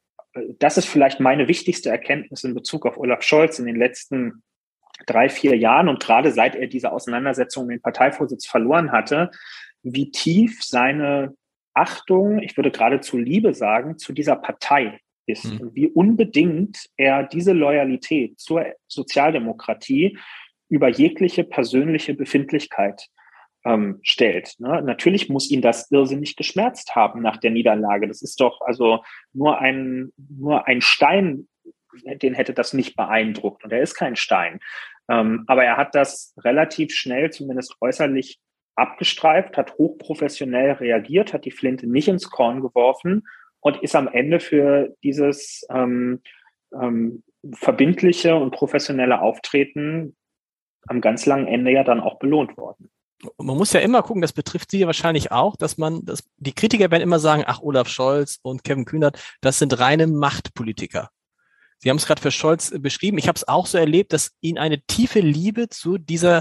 das ist vielleicht meine wichtigste Erkenntnis in Bezug auf Olaf Scholz in den letzten drei, vier Jahren und gerade seit er diese Auseinandersetzung um den Parteivorsitz verloren hatte, wie tief seine Achtung, ich würde geradezu Liebe sagen, zu dieser Partei ist mhm. und wie unbedingt er diese Loyalität zur Sozialdemokratie über jegliche persönliche Befindlichkeit ähm, stellt. Ne? Natürlich muss ihn das irrsinnig geschmerzt haben nach der Niederlage. Das ist doch also nur ein, nur ein Stein, den hätte das nicht beeindruckt. Und er ist kein Stein. Ähm, aber er hat das relativ schnell, zumindest äußerlich, abgestreift, hat hochprofessionell reagiert, hat die Flinte nicht ins Korn geworfen und ist am Ende für dieses ähm, ähm, verbindliche und professionelle Auftreten am ganz langen Ende ja dann auch belohnt worden. Man muss ja immer gucken, das betrifft Sie ja wahrscheinlich auch, dass man, dass die Kritiker werden immer sagen, ach, Olaf Scholz und Kevin Kühnert, das sind reine Machtpolitiker. Sie haben es gerade für Scholz beschrieben. Ich habe es auch so erlebt, dass Ihnen eine tiefe Liebe zu dieser,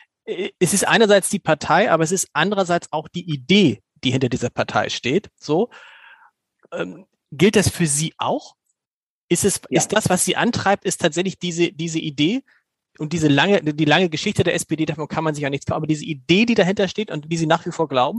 es ist einerseits die Partei, aber es ist andererseits auch die Idee, die hinter dieser Partei steht. So, ähm, gilt das für Sie auch? Ist es, ja. ist das, was Sie antreibt, ist tatsächlich diese, diese Idee? Und diese lange, die lange Geschichte der S P D, davon kann man sich ja nichts kaufen, aber diese Idee, die dahinter steht und die Sie nach wie vor glauben?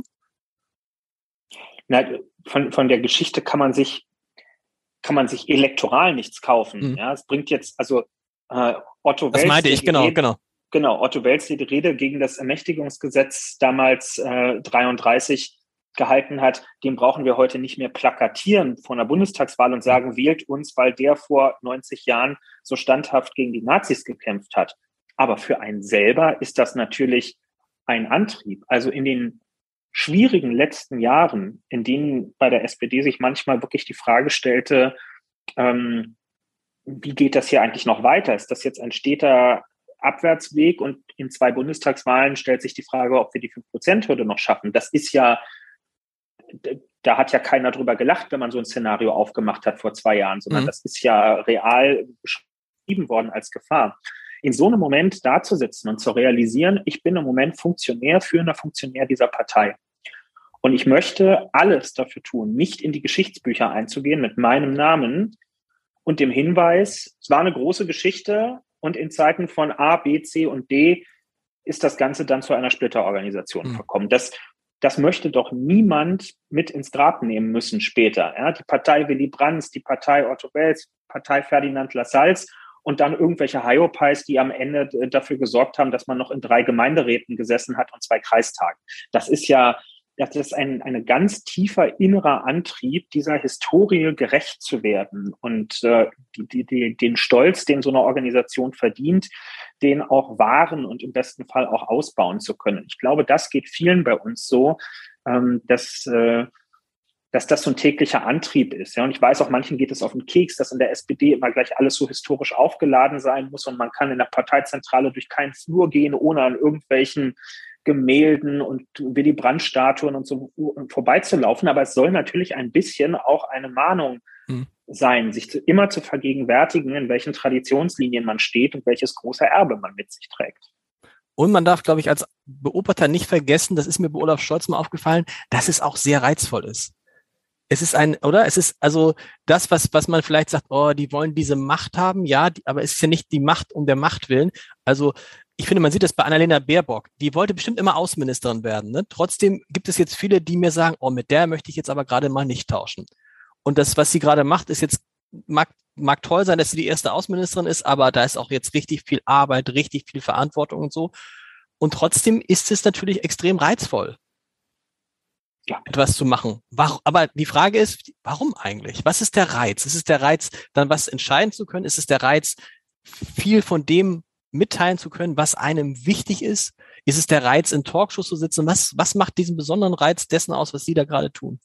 Na, von, von der Geschichte kann man sich, kann man sich elektoral nichts kaufen. Mhm. Ja, es bringt jetzt, also äh, Otto Wels. Das meinte ich, genau, Rede, genau. Genau, Otto Wels, die die Rede gegen das Ermächtigungsgesetz damals äh, dreiunddreißig gehalten hat, den brauchen wir heute nicht mehr plakatieren vor einer Bundestagswahl und sagen, wählt uns, weil der vor neunzig Jahren so standhaft gegen die Nazis gekämpft hat. Aber für einen selber ist das natürlich ein Antrieb. Also in den schwierigen letzten Jahren, in denen bei der S P D sich manchmal wirklich die Frage stellte, ähm, wie geht das hier eigentlich noch weiter? Ist das jetzt ein steter Abwärtsweg und in zwei Bundestagswahlen stellt sich die Frage, ob wir die fünf Prozent Hürde noch schaffen. Das ist ja, da hat ja keiner drüber gelacht, wenn man so ein Szenario aufgemacht hat vor zwei Jahren, sondern mhm. das ist ja real beschrieben worden als Gefahr. In so einem Moment dazusitzen und zu realisieren, ich bin im Moment Funktionär, führender Funktionär dieser Partei. Und ich möchte alles dafür tun, nicht in die Geschichtsbücher einzugehen mit meinem Namen und dem Hinweis, es war eine große Geschichte und in Zeiten von A, B, C und D ist das Ganze dann zu einer Splitterorganisation mhm. verkommen. Das das möchte doch niemand mit ins Grab nehmen müssen später. Ja? Die Partei Willy Brandt, die Partei Otto Wels, Partei Ferdinand Lassalles und dann irgendwelche Hyopies, die am Ende dafür gesorgt haben, dass man noch in drei Gemeinderäten gesessen hat und zwei Kreistagen. Das ist ja, das ist ein, ein ganz tiefer innerer Antrieb, dieser Historie gerecht zu werden und äh, die, die, die, den Stolz, den so eine Organisation verdient, den auch wahren und im besten Fall auch ausbauen zu können. Ich glaube, das geht vielen bei uns so, ähm, dass äh, dass das so ein täglicher Antrieb ist. Ja, und ich weiß auch, manchen geht es auf den Keks, dass in der S P D immer gleich alles so historisch aufgeladen sein muss und man kann in der Parteizentrale durch keinen Flur gehen, ohne an irgendwelchen Gemälden und Willy Brandt-Statuen und so vorbeizulaufen. Aber es soll natürlich ein bisschen auch eine Mahnung hm. sein, sich zu, immer zu vergegenwärtigen, in welchen Traditionslinien man steht und welches große Erbe man mit sich trägt. Und man darf, glaube ich, als Beobachter nicht vergessen, das ist mir bei Olaf Scholz mal aufgefallen, dass es auch sehr reizvoll ist. Es ist ein, oder? Es ist also das, was, was man vielleicht sagt, oh, die wollen diese Macht haben, ja, die, aber es ist ja nicht die Macht um der Macht willen. Also ich finde, man sieht das bei Annalena Baerbock. Die wollte bestimmt immer Außenministerin werden, ne? Trotzdem gibt es jetzt viele, die mir sagen, oh, mit der möchte ich jetzt aber gerade mal nicht tauschen. Und das, was sie gerade macht, ist jetzt, mag, mag toll sein, dass sie die erste Außenministerin ist, aber da ist auch jetzt richtig viel Arbeit, richtig viel Verantwortung und so. Und trotzdem ist es natürlich extrem reizvoll, ja, etwas zu machen. Warum, aber die Frage ist, warum eigentlich? Was ist der Reiz? Ist es der Reiz, dann was entscheiden zu können? Ist es der Reiz, viel von dem mitteilen zu können, was einem wichtig ist? Ist es der Reiz, in Talkshows zu sitzen? Was, was macht diesen besonderen Reiz dessen aus, was Sie da gerade tun?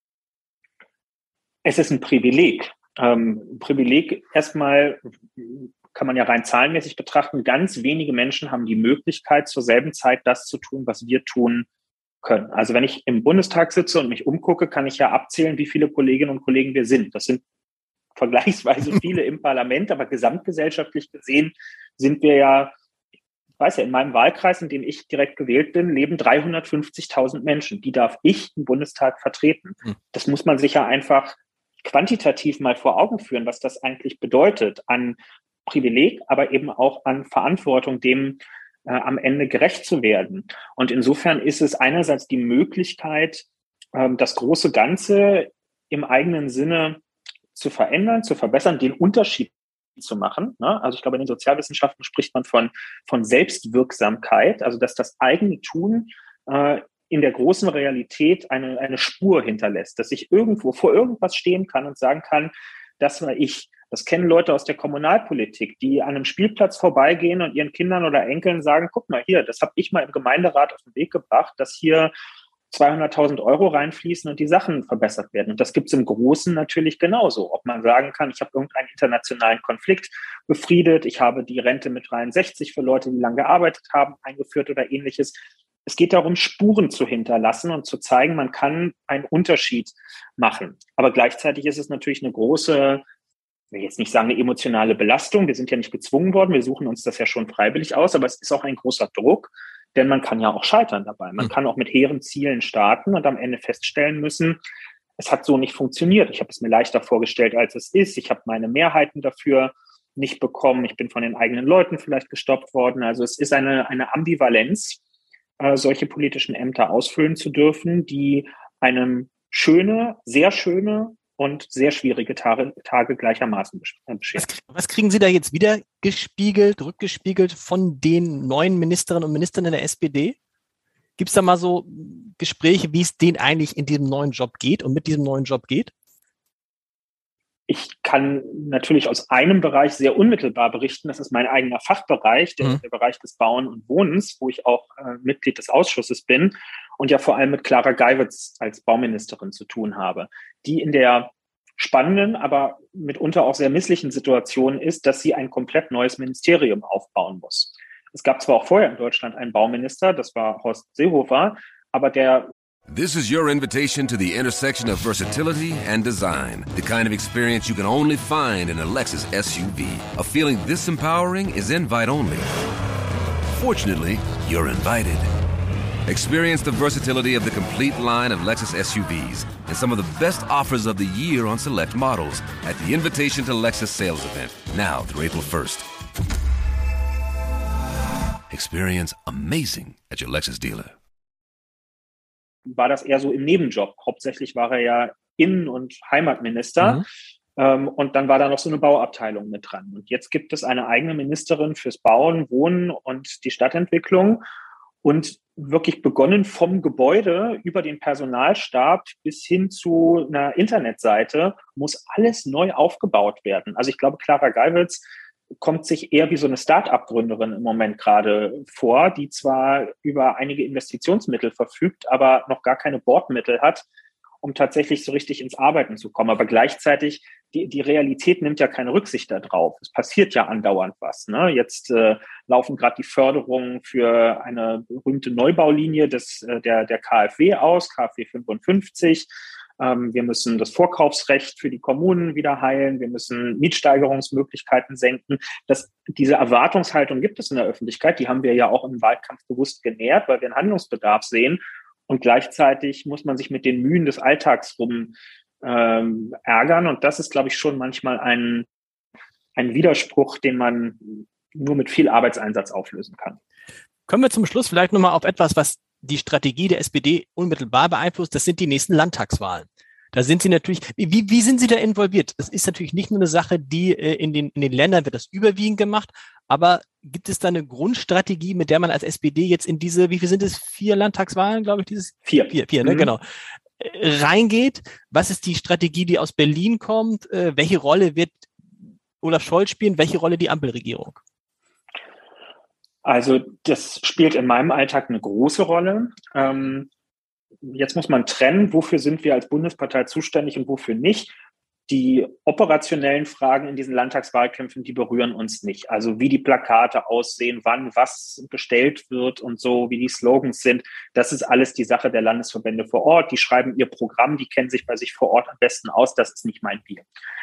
Es ist ein Privileg. Ähm, ein Privileg erstmal kann man ja rein zahlenmäßig betrachten. Ganz wenige Menschen haben die Möglichkeit, zur selben Zeit das zu tun, was wir tun können. Also wenn ich im Bundestag sitze und mich umgucke, kann ich ja abzählen, wie viele Kolleginnen und Kollegen wir sind. Das sind vergleichsweise viele im Parlament, aber gesamtgesellschaftlich gesehen sind wir ja, ich weiß ja, in meinem Wahlkreis, in dem ich direkt gewählt bin, leben dreihundertfünfzigtausend Menschen. Die darf ich im Bundestag vertreten. Das muss man sich ja einfach quantitativ mal vor Augen führen, was das eigentlich bedeutet an Privileg, aber eben auch an Verantwortung, dem äh, am Ende gerecht zu werden. Und insofern ist es einerseits die Möglichkeit, äh, das große Ganze im eigenen Sinne zu verändern, zu verbessern, den Unterschied zu machen. Ne? Also ich glaube, in den Sozialwissenschaften spricht man von, von Selbstwirksamkeit, also dass das eigene Tun äh, in der großen Realität eine, eine Spur hinterlässt, dass ich irgendwo vor irgendwas stehen kann und sagen kann, das war ich. Das kennen Leute aus der Kommunalpolitik, die an einem Spielplatz vorbeigehen und ihren Kindern oder Enkeln sagen, guck mal hier, das habe ich mal im Gemeinderat auf den Weg gebracht, dass hier zweihunderttausend Euro reinfließen und die Sachen verbessert werden. Und das gibt es im Großen natürlich genauso. Ob man sagen kann, ich habe irgendeinen internationalen Konflikt befriedet, ich habe die Rente mit dreiundsechzig für Leute, die lange gearbeitet haben, eingeführt oder ähnliches. Es geht darum, Spuren zu hinterlassen und zu zeigen, man kann einen Unterschied machen. Aber gleichzeitig ist es natürlich eine große, ich will jetzt nicht sagen eine emotionale Belastung. Wir sind ja nicht gezwungen worden. Wir suchen uns das ja schon freiwillig aus. Aber es ist auch ein großer Druck, denn man kann ja auch scheitern dabei. Man kann auch mit hehren Zielen starten und am Ende feststellen müssen, es hat so nicht funktioniert. Ich habe es mir leichter vorgestellt, als es ist. Ich habe meine Mehrheiten dafür nicht bekommen. Ich bin von den eigenen Leuten vielleicht gestoppt worden. Also es ist eine, eine Ambivalenz, äh, solche politischen Ämter ausfüllen zu dürfen, die einem schöne, sehr schöne und sehr schwierige Tage, Tage gleichermaßen bescheren. Was, was kriegen Sie da jetzt wieder gespiegelt, rückgespiegelt von den neuen Ministerinnen und Ministern in der S P D? Gibt es da mal so Gespräche, wie es denen eigentlich in diesem neuen Job geht und mit diesem neuen Job geht? Ich kann natürlich aus einem Bereich sehr unmittelbar berichten. Das ist mein eigener Fachbereich, der, mhm. der Bereich des Bauen und Wohnens, wo ich auch äh, Mitglied des Ausschusses bin und ja vor allem mit Clara Geiwitz als Bauministerin zu tun habe, die in der spannenden, aber mitunter auch sehr misslichen Situation ist, dass sie ein komplett neues Ministerium aufbauen muss. Es gab zwar auch vorher in Deutschland einen Bauminister, das war Horst Seehofer, aber der This is your invitation to the intersection of versatility and design. The kind of experience you can only find in a Lexus S U V. A feeling this empowering is invite only. Fortunately, you're invited. Experience the versatility of the complete line of Lexus S U Vs and some of the best offers of the year on select models at the Invitation to Lexus sales event, now through April first. Experience amazing at your Lexus dealer. war das eher so im Nebenjob. Hauptsächlich war er ja Innen- und Heimatminister. Mhm. Ähm, und dann war da noch so eine Bauabteilung mit dran. Und jetzt gibt es eine eigene Ministerin fürs Bauen, Wohnen und die Stadtentwicklung. Und wirklich begonnen vom Gebäude über den Personalstab bis hin zu einer Internetseite muss alles neu aufgebaut werden. Also ich glaube, Clara Geiwitz kommt sich eher wie so eine Start-up-Gründerin im Moment gerade vor, die zwar über einige Investitionsmittel verfügt, aber noch gar keine Bordmittel hat, um tatsächlich so richtig ins Arbeiten zu kommen. Aber gleichzeitig, die, die Realität nimmt ja keine Rücksicht darauf. Es passiert ja andauernd was. Ne? Jetzt äh, laufen gerade die Förderungen für eine berühmte Neubaulinie des, äh, der, der KfW aus, KfW fünfundfünfzig. Ähm, wir müssen das Vorkaufsrecht für die Kommunen wieder heilen. Wir müssen Mietsteigerungsmöglichkeiten senken. Das, diese Erwartungshaltung gibt es in der Öffentlichkeit. Die haben wir ja auch im Wahlkampf bewusst genährt, weil wir einen Handlungsbedarf sehen. Und gleichzeitig muss man sich mit den Mühen des Alltags rum ähm, ärgern. Und das ist, glaube ich, schon manchmal ein, ein Widerspruch, den man nur mit viel Arbeitseinsatz auflösen kann. Kommen wir zum Schluss vielleicht nochmal auf etwas, was die Strategie der S P D unmittelbar beeinflusst. Das sind die nächsten Landtagswahlen. Da sind Sie natürlich, wie, wie sind Sie da involviert? Das ist natürlich nicht nur eine Sache, die in den, in den Ländern wird das überwiegend gemacht, aber gibt es da eine Grundstrategie, mit der man als S P D jetzt in diese, wie viel sind es? Vier Landtagswahlen, glaube ich, dieses? Vier. Vier, vier, ne, mhm. genau. Reingeht? Was ist die Strategie, die aus Berlin kommt? Welche Rolle wird Olaf Scholz spielen? Welche Rolle die Ampelregierung? Also das spielt in meinem Alltag eine große Rolle. Ähm, jetzt muss man trennen, wofür sind wir als Bundespartei zuständig und wofür nicht. Die operationellen Fragen in diesen Landtagswahlkämpfen, die berühren uns nicht. Also wie die Plakate aussehen, wann was bestellt wird und so, wie die Slogans sind, das ist alles die Sache der Landesverbände vor Ort. Die schreiben ihr Programm, die kennen sich bei sich vor Ort am besten aus. Das ist nicht mein Bier.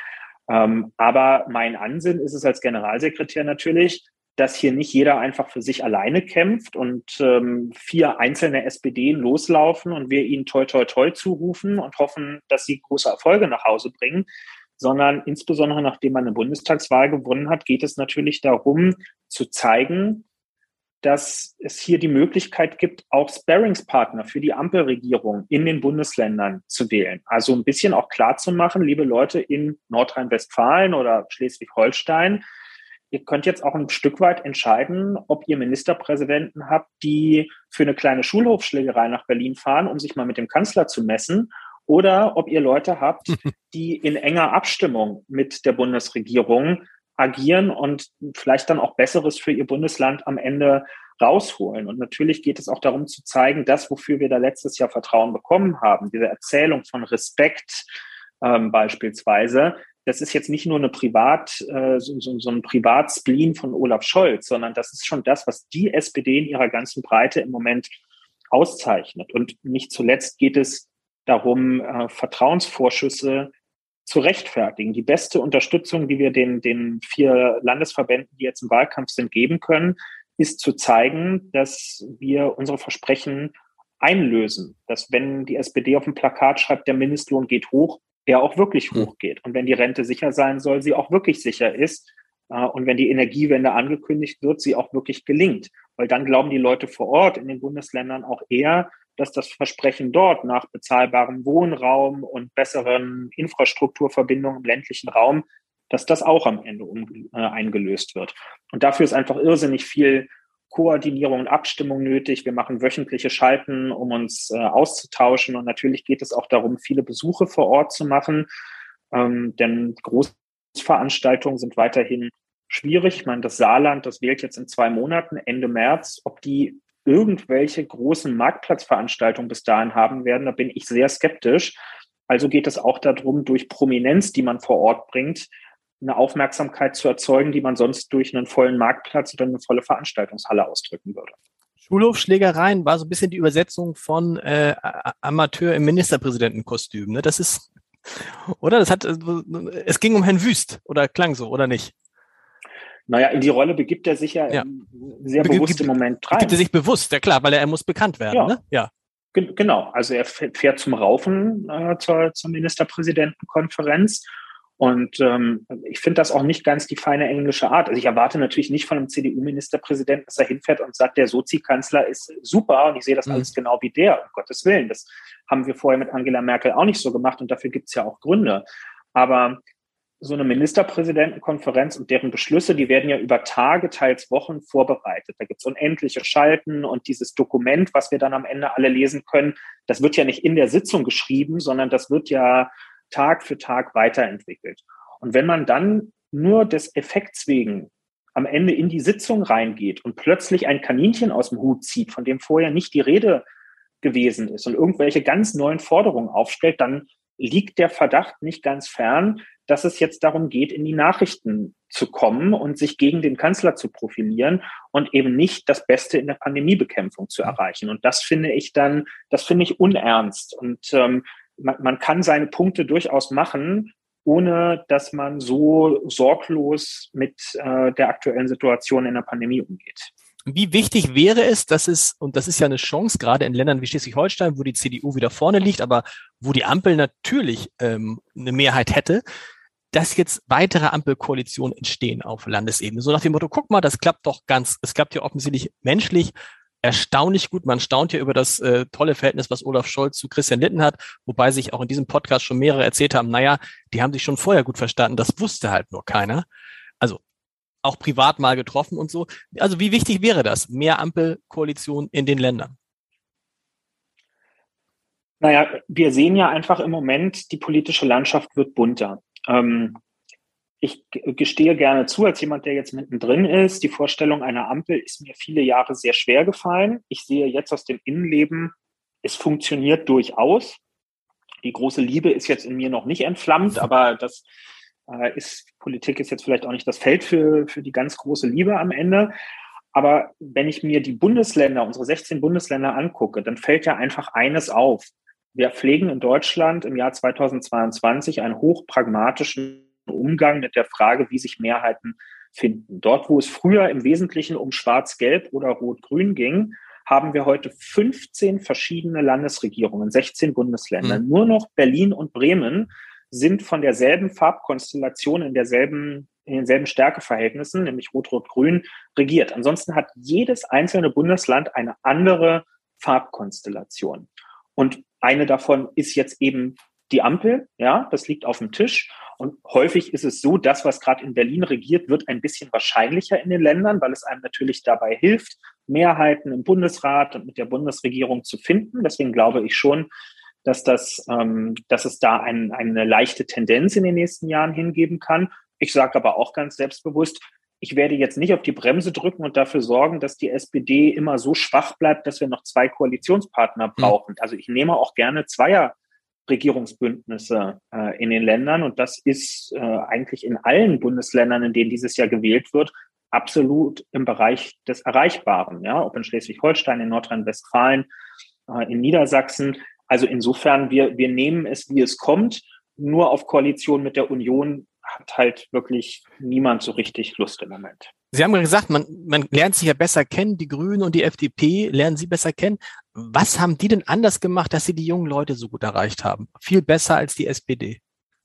Ähm, aber mein Ansinnen ist es als Generalsekretär natürlich, dass hier nicht jeder einfach für sich alleine kämpft und ähm, vier einzelne S P D loslaufen und wir ihnen toi toi toi zurufen und hoffen, dass sie große Erfolge nach Hause bringen, sondern insbesondere nachdem man eine Bundestagswahl gewonnen hat, geht es natürlich darum zu zeigen, dass es hier die Möglichkeit gibt, auch Sparringspartner für die Ampelregierung in den Bundesländern zu wählen. Also ein bisschen auch klarzumachen, liebe Leute in Nordrhein-Westfalen oder Schleswig-Holstein, ihr könnt jetzt auch ein Stück weit entscheiden, ob ihr Ministerpräsidenten habt, die für eine kleine Schulhofschlägerei nach Berlin fahren, um sich mal mit dem Kanzler zu messen, oder ob ihr Leute habt, die in enger Abstimmung mit der Bundesregierung agieren und vielleicht dann auch Besseres für ihr Bundesland am Ende rausholen. Und natürlich geht es auch darum zu zeigen, das, wofür wir da letztes Jahr Vertrauen bekommen haben, diese Erzählung von Respekt ähm, beispielsweise, das ist jetzt nicht nur eine Privat, äh, so, so, so ein Privatspleen von Olaf Scholz, sondern das ist schon das, was die S P D in ihrer ganzen Breite im Moment auszeichnet. Und nicht zuletzt geht es darum, äh, Vertrauensvorschüsse zu rechtfertigen. Die beste Unterstützung, die wir den, den vier Landesverbänden, die jetzt im Wahlkampf sind, geben können, ist zu zeigen, dass wir unsere Versprechen einlösen. Dass wenn die S P D auf dem Plakat schreibt, der Mindestlohn geht hoch, er auch wirklich hochgeht. Und wenn die Rente sicher sein soll, sie auch wirklich sicher ist. Und wenn die Energiewende angekündigt wird, sie auch wirklich gelingt. Weil dann glauben die Leute vor Ort in den Bundesländern auch eher, dass das Versprechen dort nach bezahlbarem Wohnraum und besseren Infrastrukturverbindungen im ländlichen Raum, dass das auch am Ende um, äh, eingelöst wird. Und dafür ist einfach irrsinnig viel Koordinierung und Abstimmung nötig. Wir machen wöchentliche Schalten, um uns äh, auszutauschen. Und natürlich geht es auch darum, viele Besuche vor Ort zu machen. Ähm, denn Großveranstaltungen sind weiterhin schwierig. Ich meine, das Saarland, das wählt jetzt in zwei Monaten, Ende März. Ob die irgendwelche großen Marktplatzveranstaltungen bis dahin haben werden, da bin ich sehr skeptisch. Also geht es auch darum, durch Prominenz, die man vor Ort bringt, eine Aufmerksamkeit zu erzeugen, die man sonst durch einen vollen Marktplatz oder eine volle Veranstaltungshalle ausdrücken würde. Schulhofschlägereien war so ein bisschen die Übersetzung von äh, Amateur im Ministerpräsidentenkostüm. Ne? Das ist, oder? Das hat, es ging um Herrn Wüst, oder klang so, oder nicht? Naja, in die Rolle begibt er sich ja, ja. sehr Be- bewusst im Moment rein. Begibt er sich bewusst, ja klar, weil er, er muss bekannt werden. Ja. Ne? Ja. G- genau, also er fährt zum Raufen äh, zur, zur Ministerpräsidentenkonferenz. Und ähm, ich finde das auch nicht ganz die feine englische Art. Also ich erwarte natürlich nicht von einem C D U-Ministerpräsidenten, dass er hinfährt und sagt, der Sozi-Kanzler ist super und ich sehe das mhm. alles genau wie der, um Gottes Willen. Das haben wir vorher mit Angela Merkel auch nicht so gemacht und dafür gibt es ja auch Gründe. Aber so eine Ministerpräsidentenkonferenz und deren Beschlüsse, die werden ja über Tage, teils Wochen vorbereitet. Da gibt es unendliche Schalten und dieses Dokument, was wir dann am Ende alle lesen können, das wird ja nicht in der Sitzung geschrieben, sondern das wird ja Tag für Tag weiterentwickelt. Und wenn man dann nur des Effekts wegen am Ende in die Sitzung reingeht und plötzlich ein Kaninchen aus dem Hut zieht, von dem vorher nicht die Rede gewesen ist und irgendwelche ganz neuen Forderungen aufstellt, dann liegt der Verdacht nicht ganz fern, dass es jetzt darum geht, in die Nachrichten zu kommen und sich gegen den Kanzler zu profilieren und eben nicht das Beste in der Pandemiebekämpfung zu erreichen. Und das finde ich dann, das finde ich unernst. Und ähm, man, man kann seine Punkte durchaus machen, ohne dass man so sorglos mit äh, der aktuellen Situation in der Pandemie umgeht. Wie wichtig wäre es, dass es, und das ist ja eine Chance, gerade in Ländern wie Schleswig-Holstein, wo die C D U wieder vorne liegt, aber wo die Ampel natürlich ähm, eine Mehrheit hätte, dass jetzt weitere Ampelkoalitionen entstehen auf Landesebene. So nach dem Motto, guck mal, das klappt doch ganz, es klappt ja offensichtlich menschlich erstaunlich gut. Man staunt ja über das äh, tolle Verhältnis, was Olaf Scholz zu Christian Lindner hat, wobei sich auch in diesem Podcast schon mehrere erzählt haben, naja, die haben sich schon vorher gut verstanden, das wusste halt nur keiner. Also auch privat mal getroffen und so. Also wie wichtig wäre das? Mehr Ampelkoalition in den Ländern? Naja, wir sehen ja einfach im Moment, die politische Landschaft wird bunter. Ähm, ich gestehe gerne zu, als jemand, der jetzt mittendrin ist, die Vorstellung einer Ampel ist mir viele Jahre sehr schwer gefallen. Ich sehe jetzt aus dem Innenleben, es funktioniert durchaus. Die große Liebe ist jetzt in mir noch nicht entflammt, aber das äh, ist, Politik ist jetzt vielleicht auch nicht das Feld für, für die ganz große Liebe am Ende. Aber wenn ich mir die Bundesländer, unsere sechzehn Bundesländer angucke, dann fällt ja einfach eines auf. Wir pflegen in Deutschland im Jahr zweitausendzweiundzwanzig einen hochpragmatischen Umgang mit der Frage, wie sich Mehrheiten finden. Dort, wo es früher im Wesentlichen um Schwarz-Gelb oder Rot-Grün ging, haben wir heute fünfzehn verschiedene Landesregierungen, sechzehn Bundesländer. Mhm. Nur noch Berlin und Bremen sind von derselben Farbkonstellation in derselben, in denselben Stärkeverhältnissen, nämlich Rot-Rot-Grün, regiert. Ansonsten hat jedes einzelne Bundesland eine andere Farbkonstellation. Und eine davon ist jetzt eben die Ampel, ja, das liegt auf dem Tisch. Und häufig ist es so, das, was gerade in Berlin regiert, wird ein bisschen wahrscheinlicher in den Ländern, weil es einem natürlich dabei hilft, Mehrheiten im Bundesrat und mit der Bundesregierung zu finden. Deswegen glaube ich schon, dass das, ähm, dass es da ein, eine leichte Tendenz in den nächsten Jahren hingeben kann. Ich sage aber auch ganz selbstbewusst, ich werde jetzt nicht auf die Bremse drücken und dafür sorgen, dass die S P D immer so schwach bleibt, dass wir noch zwei Koalitionspartner brauchen. Mhm. Also ich nehme auch gerne Zweier-Regierungsbündnisse äh, in den Ländern und das ist äh, eigentlich in allen Bundesländern, in denen dieses Jahr gewählt wird, absolut im Bereich des Erreichbaren. Ja, ob in Schleswig-Holstein, in Nordrhein-Westfalen, äh, in Niedersachsen. Also insofern, wir, wir nehmen es, wie es kommt. Nur auf Koalition mit der Union hat halt wirklich niemand so richtig Lust im Moment. Sie haben gesagt, man, man lernt sich ja besser kennen, die Grünen und die F D P lernen Sie besser kennen. Was haben die denn anders gemacht, dass sie die jungen Leute so gut erreicht haben? Viel besser als die S P D?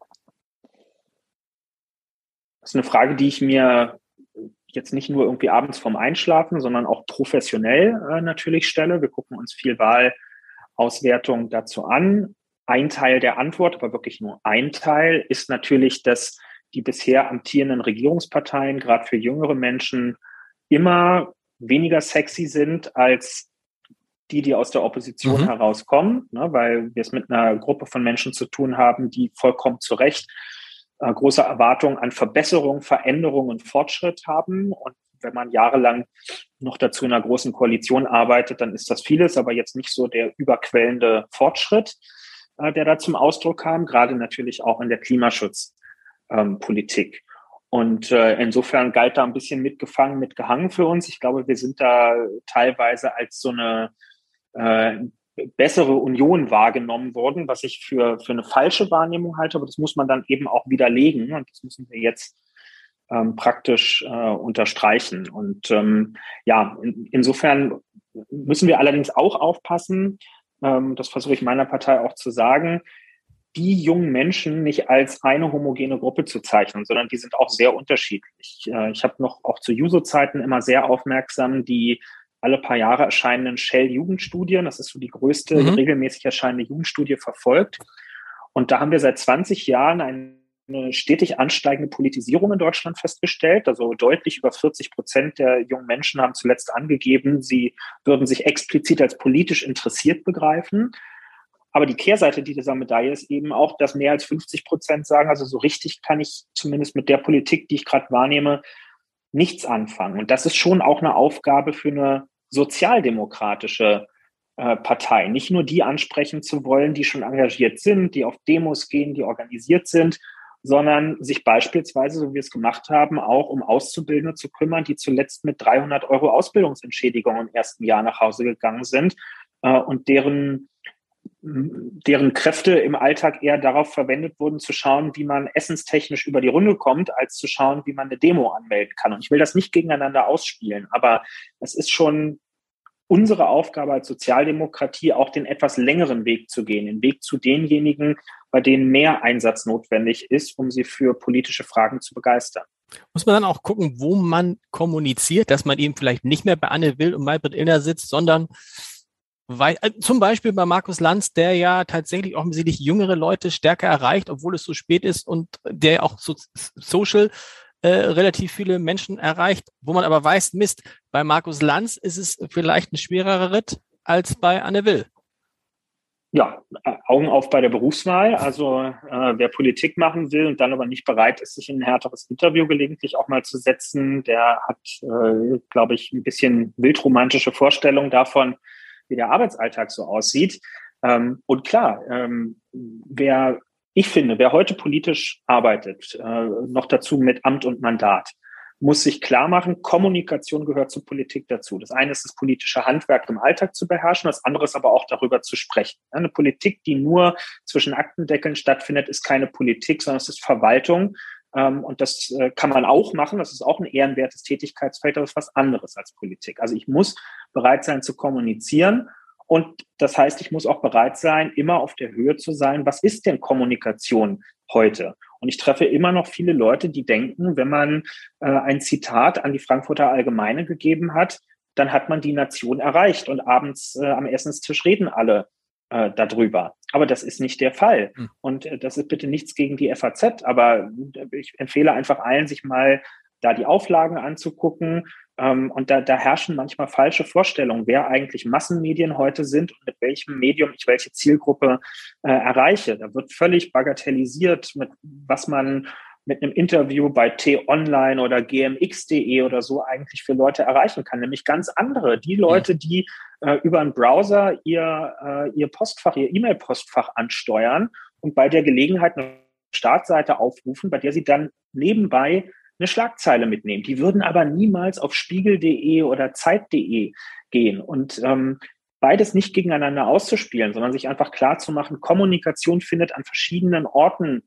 Das ist eine Frage, die ich mir jetzt nicht nur irgendwie abends vorm Einschlafen, sondern auch professionell äh, natürlich stelle. Wir gucken uns viel Wahlauswertung dazu an. Ein Teil der Antwort, aber wirklich nur ein Teil, ist natürlich, dass die bisher amtierenden Regierungsparteien, gerade für jüngere Menschen, immer weniger sexy sind als die, die aus der Opposition mhm. herauskommen, ne, weil wir es mit einer Gruppe von Menschen zu tun haben, die vollkommen zu Recht äh, große Erwartungen an Verbesserung, Veränderung und Fortschritt haben. Und wenn man jahrelang noch dazu in einer großen Koalition arbeitet, dann ist das vieles, aber jetzt nicht so der überquellende Fortschritt, äh, der da zum Ausdruck kam, gerade natürlich auch in der Klimaschutz. Ähm, Politik. Und äh, insofern galt da ein bisschen mitgefangen, mitgehangen für uns. Ich glaube, wir sind da teilweise als so eine äh, bessere Union wahrgenommen worden, was ich für, für eine falsche Wahrnehmung halte, aber das muss man dann eben auch widerlegen und das müssen wir jetzt ähm, praktisch äh, unterstreichen. Und ähm, ja, in, insofern müssen wir allerdings auch aufpassen, ähm, das versuche ich meiner Partei auch zu sagen, die jungen Menschen nicht als eine homogene Gruppe zu zeichnen, sondern die sind auch sehr unterschiedlich. Ich habe noch auch zu Juso-Zeiten immer sehr aufmerksam die alle paar Jahre erscheinenden Shell-Jugendstudien, das ist so die größte mhm. regelmäßig erscheinende Jugendstudie, verfolgt. Und da haben wir seit zwanzig Jahren eine stetig ansteigende Politisierung in Deutschland festgestellt. Also deutlich über vierzig Prozent der jungen Menschen haben zuletzt angegeben, sie würden sich explizit als politisch interessiert begreifen. Aber die Kehrseite dieser Medaille ist eben auch, dass mehr als fünfzig Prozent sagen, also so richtig kann ich zumindest mit der Politik, die ich gerade wahrnehme, nichts anfangen. Und das ist schon auch eine Aufgabe für eine sozialdemokratische äh, Partei. Nicht nur die ansprechen zu wollen, die schon engagiert sind, die auf Demos gehen, die organisiert sind, sondern sich beispielsweise, so wie wir es gemacht haben, auch um Auszubildende zu kümmern, die zuletzt mit dreihundert Euro Ausbildungsentschädigung im ersten Jahr nach Hause gegangen sind äh, und deren deren Kräfte im Alltag eher darauf verwendet wurden, zu schauen, wie man essenstechnisch über die Runde kommt, als zu schauen, wie man eine Demo anmelden kann. Und ich will das nicht gegeneinander ausspielen, aber es ist schon unsere Aufgabe als Sozialdemokratie, auch den etwas längeren Weg zu gehen, den Weg zu denjenigen, bei denen mehr Einsatz notwendig ist, um sie für politische Fragen zu begeistern. Muss man dann auch gucken, wo man kommuniziert, dass man eben vielleicht nicht mehr bei Anne Will und Maybrit Illner sitzt, sondern Weil, äh, zum Beispiel bei Markus Lanz, der ja tatsächlich offensichtlich jüngere Leute stärker erreicht, obwohl es so spät ist und der auch so social äh, relativ viele Menschen erreicht, wo man aber weiß, Mist, bei Markus Lanz ist es vielleicht ein schwererer Ritt als bei Anne Will. Ja, Augen auf bei der Berufswahl. Also äh, wer Politik machen will und dann aber nicht bereit ist, sich in ein härteres Interview gelegentlich auch mal zu setzen, der hat, äh, glaube ich, ein bisschen wildromantische Vorstellungen davon, wie der Arbeitsalltag so aussieht. Ähm, und klar, ähm, wer, ich finde, wer heute politisch arbeitet, äh, noch dazu mit Amt und Mandat, muss sich klar machen, Kommunikation gehört zur Politik dazu. Das eine ist das politische Handwerk im Alltag zu beherrschen, das andere ist aber auch darüber zu sprechen. Eine Politik, die nur zwischen Aktendeckeln stattfindet, ist keine Politik, sondern es ist Verwaltung. Ähm, und das äh, kann man auch machen. Das ist auch ein ehrenwertes Tätigkeitsfeld, aber das ist was anderes als Politik. Also ich muss bereit sein zu kommunizieren. Und das heißt, ich muss auch bereit sein, immer auf der Höhe zu sein. Was ist denn Kommunikation heute? Und ich treffe immer noch viele Leute, die denken, wenn man äh, ein Zitat an die Frankfurter Allgemeine gegeben hat, dann hat man die Nation erreicht und abends äh, am Essenstisch reden alle äh, darüber. Aber das ist nicht der Fall. Mhm. Und äh, das ist bitte nichts gegen die F A Z, aber ich empfehle einfach allen, sich mal da die Auflagen anzugucken. Ähm, und da, da herrschen manchmal falsche Vorstellungen, wer eigentlich Massenmedien heute sind und mit welchem Medium ich welche Zielgruppe äh, erreiche. Da wird völlig bagatellisiert, mit was man mit einem Interview bei T-Online oder G M X punkt de oder so eigentlich für Leute erreichen kann. Nämlich ganz andere. Die Leute, die äh, über einen Browser ihr, äh, ihr Postfach, ihr E-Mail-Postfach ansteuern und bei der Gelegenheit eine Startseite aufrufen, bei der sie dann nebenbei eine Schlagzeile mitnehmen. Die würden aber niemals auf Spiegel punkt de oder Zeit punkt de gehen. Und ähm, beides nicht gegeneinander auszuspielen, sondern sich einfach klar zu machen, Kommunikation findet an verschiedenen Orten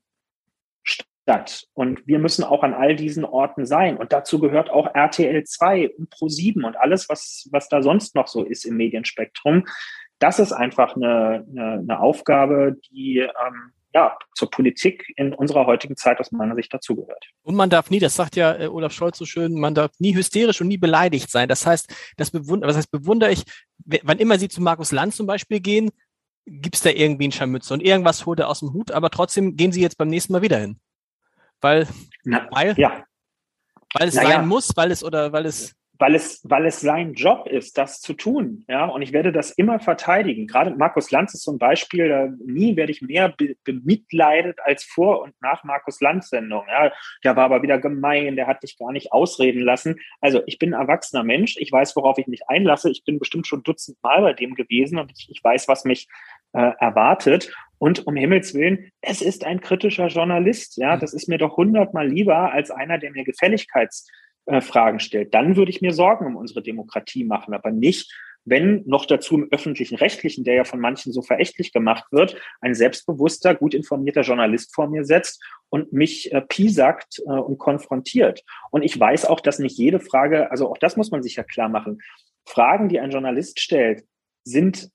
statt. Und wir müssen auch an all diesen Orten sein. Und dazu gehört auch R T L zwei und ProSieben und alles, was, was da sonst noch so ist im Medienspektrum. Das ist einfach eine, eine, eine Aufgabe, die ähm, ja, zur Politik in unserer heutigen Zeit aus meiner Sicht dazugehört. Und man darf nie, das sagt ja äh, Olaf Scholz so schön, man darf nie hysterisch und nie beleidigt sein. Das heißt, das bewundere, was heißt bewundere ich, wann immer Sie zu Markus Lanz zum Beispiel gehen, gibt es da irgendwie einen Scharmützel und irgendwas holt er aus dem Hut, aber trotzdem gehen Sie jetzt beim nächsten Mal wieder hin. Weil, Na, weil, ja. weil es Na, sein ja. muss, weil es oder weil es Weil es, weil es sein Job ist, das zu tun. Ja, und ich werde das immer verteidigen. Gerade Markus Lanz ist so ein Beispiel, da nie werde ich mehr be- bemitleidet als vor und nach Markus Lanz Sendung. Ja, der war aber wieder gemein, der hat dich gar nicht ausreden lassen. Also ich bin ein erwachsener Mensch, ich weiß, worauf ich mich einlasse. Ich bin bestimmt schon dutzendmal bei dem gewesen und ich, ich weiß, was mich äh, erwartet. Und um Himmels Willen, es ist ein kritischer Journalist. Ja, das ist mir doch hundertmal lieber als einer, der mir Gefälligkeits Fragen stellt. Dann würde ich mir Sorgen um unsere Demokratie machen, aber nicht, wenn noch dazu im öffentlichen Rechtlichen, der ja von manchen so verächtlich gemacht wird, ein selbstbewusster, gut informierter Journalist vor mir setzt und mich äh, piesackt äh, und konfrontiert. Und ich weiß auch, dass nicht jede Frage, also auch das muss man sich ja klar machen, Fragen, die ein Journalist stellt, sind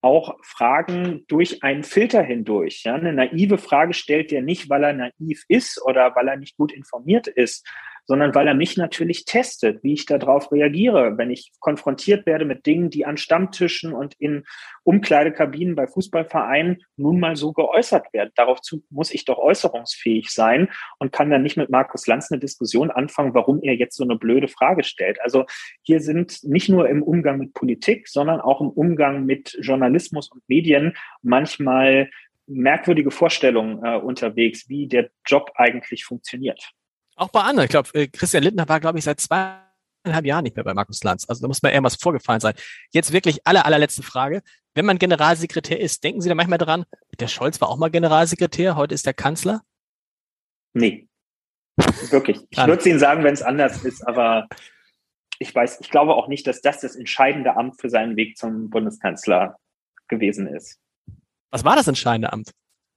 auch Fragen durch einen Filter hindurch. Ja? Eine naive Frage stellt der nicht, weil er naiv ist oder weil er nicht gut informiert ist, sondern weil er mich natürlich testet, wie ich darauf reagiere, wenn ich konfrontiert werde mit Dingen, die an Stammtischen und in Umkleidekabinen bei Fußballvereinen nun mal so geäußert werden. Darauf muss ich doch äußerungsfähig sein und kann dann nicht mit Markus Lanz eine Diskussion anfangen, warum er jetzt so eine blöde Frage stellt. Also hier sind nicht nur im Umgang mit Politik, sondern auch im Umgang mit Journalismus und Medien manchmal merkwürdige Vorstellungen äh, unterwegs, wie der Job eigentlich funktioniert. Auch bei anderen. Ich glaube, Christian Lindner war, glaube ich, seit zweieinhalb Jahren nicht mehr bei Markus Lanz. Also da muss mir irgendwas vorgefallen sein. Jetzt wirklich aller, allerletzte Frage. Wenn man Generalsekretär ist, denken Sie da manchmal dran, der Scholz war auch mal Generalsekretär, heute ist der Kanzler? Nee, wirklich. Ich würde es Ihnen sagen, wenn es anders ist, aber ich weiß, ich glaube auch nicht, dass das das entscheidende Amt für seinen Weg zum Bundeskanzler gewesen ist. Was war das entscheidende Amt?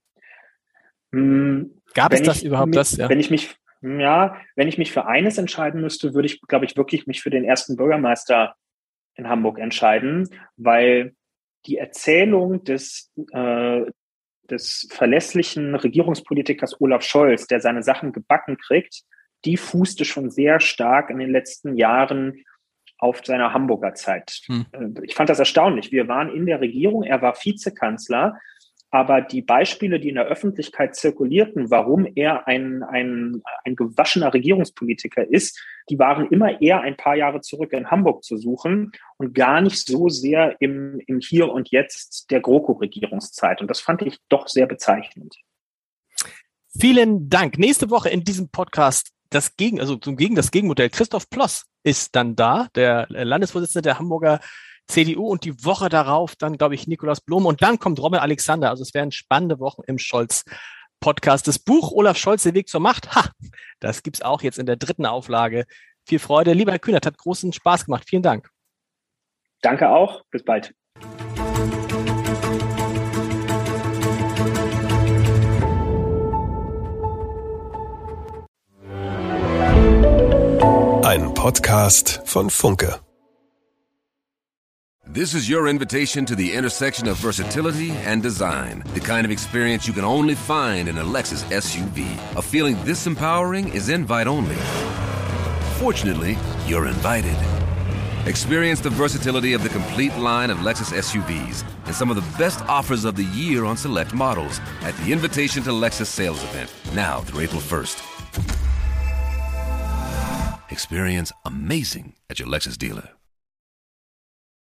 Hm, Gab es das überhaupt mich, das? Ja. Wenn ich mich Ja, wenn ich mich für eines entscheiden müsste, würde ich, glaube ich, wirklich mich für den ersten Bürgermeister in Hamburg entscheiden, weil die Erzählung des, äh, des verlässlichen Regierungspolitikers Olaf Scholz, der seine Sachen gebacken kriegt, die fußte schon sehr stark in den letzten Jahren auf seiner Hamburger Zeit. Hm. Ich fand das erstaunlich. Wir waren in der Regierung, er war Vizekanzler, aber die Beispiele, die in der Öffentlichkeit zirkulierten, warum er ein, ein, ein gewaschener Regierungspolitiker ist, die waren immer eher ein paar Jahre zurück in Hamburg zu suchen und gar nicht so sehr im, im Hier und Jetzt der GroKo-Regierungszeit. Und das fand ich doch sehr bezeichnend. Vielen Dank. Nächste Woche in diesem Podcast das Gegen, also gegen das Gegenmodell. Christoph Ploss ist dann da, der Landesvorsitzende der Hamburger C D U, und die Woche darauf dann, glaube ich, Nikolaus Blome, und dann kommt Rommel Alexander. Also es werden spannende Wochen im Scholz-Podcast. Das Buch Olaf Scholz, der Weg zur Macht, ha, das gibt's auch jetzt in der dritten Auflage. Viel Freude. Lieber Herr Kühnert, hat großen Spaß gemacht. Vielen Dank. Danke auch. Bis bald. Ein Podcast von Funke. This is your invitation to the intersection of versatility and design. The kind of experience you can only find in a Lexus S U V. A feeling this empowering is invite only. Fortunately, you're invited. Experience the versatility of the complete line of Lexus S U Vs and some of the best offers of the year on select models at the Invitation to Lexus sales event, now through April first. Experience amazing at your Lexus dealer.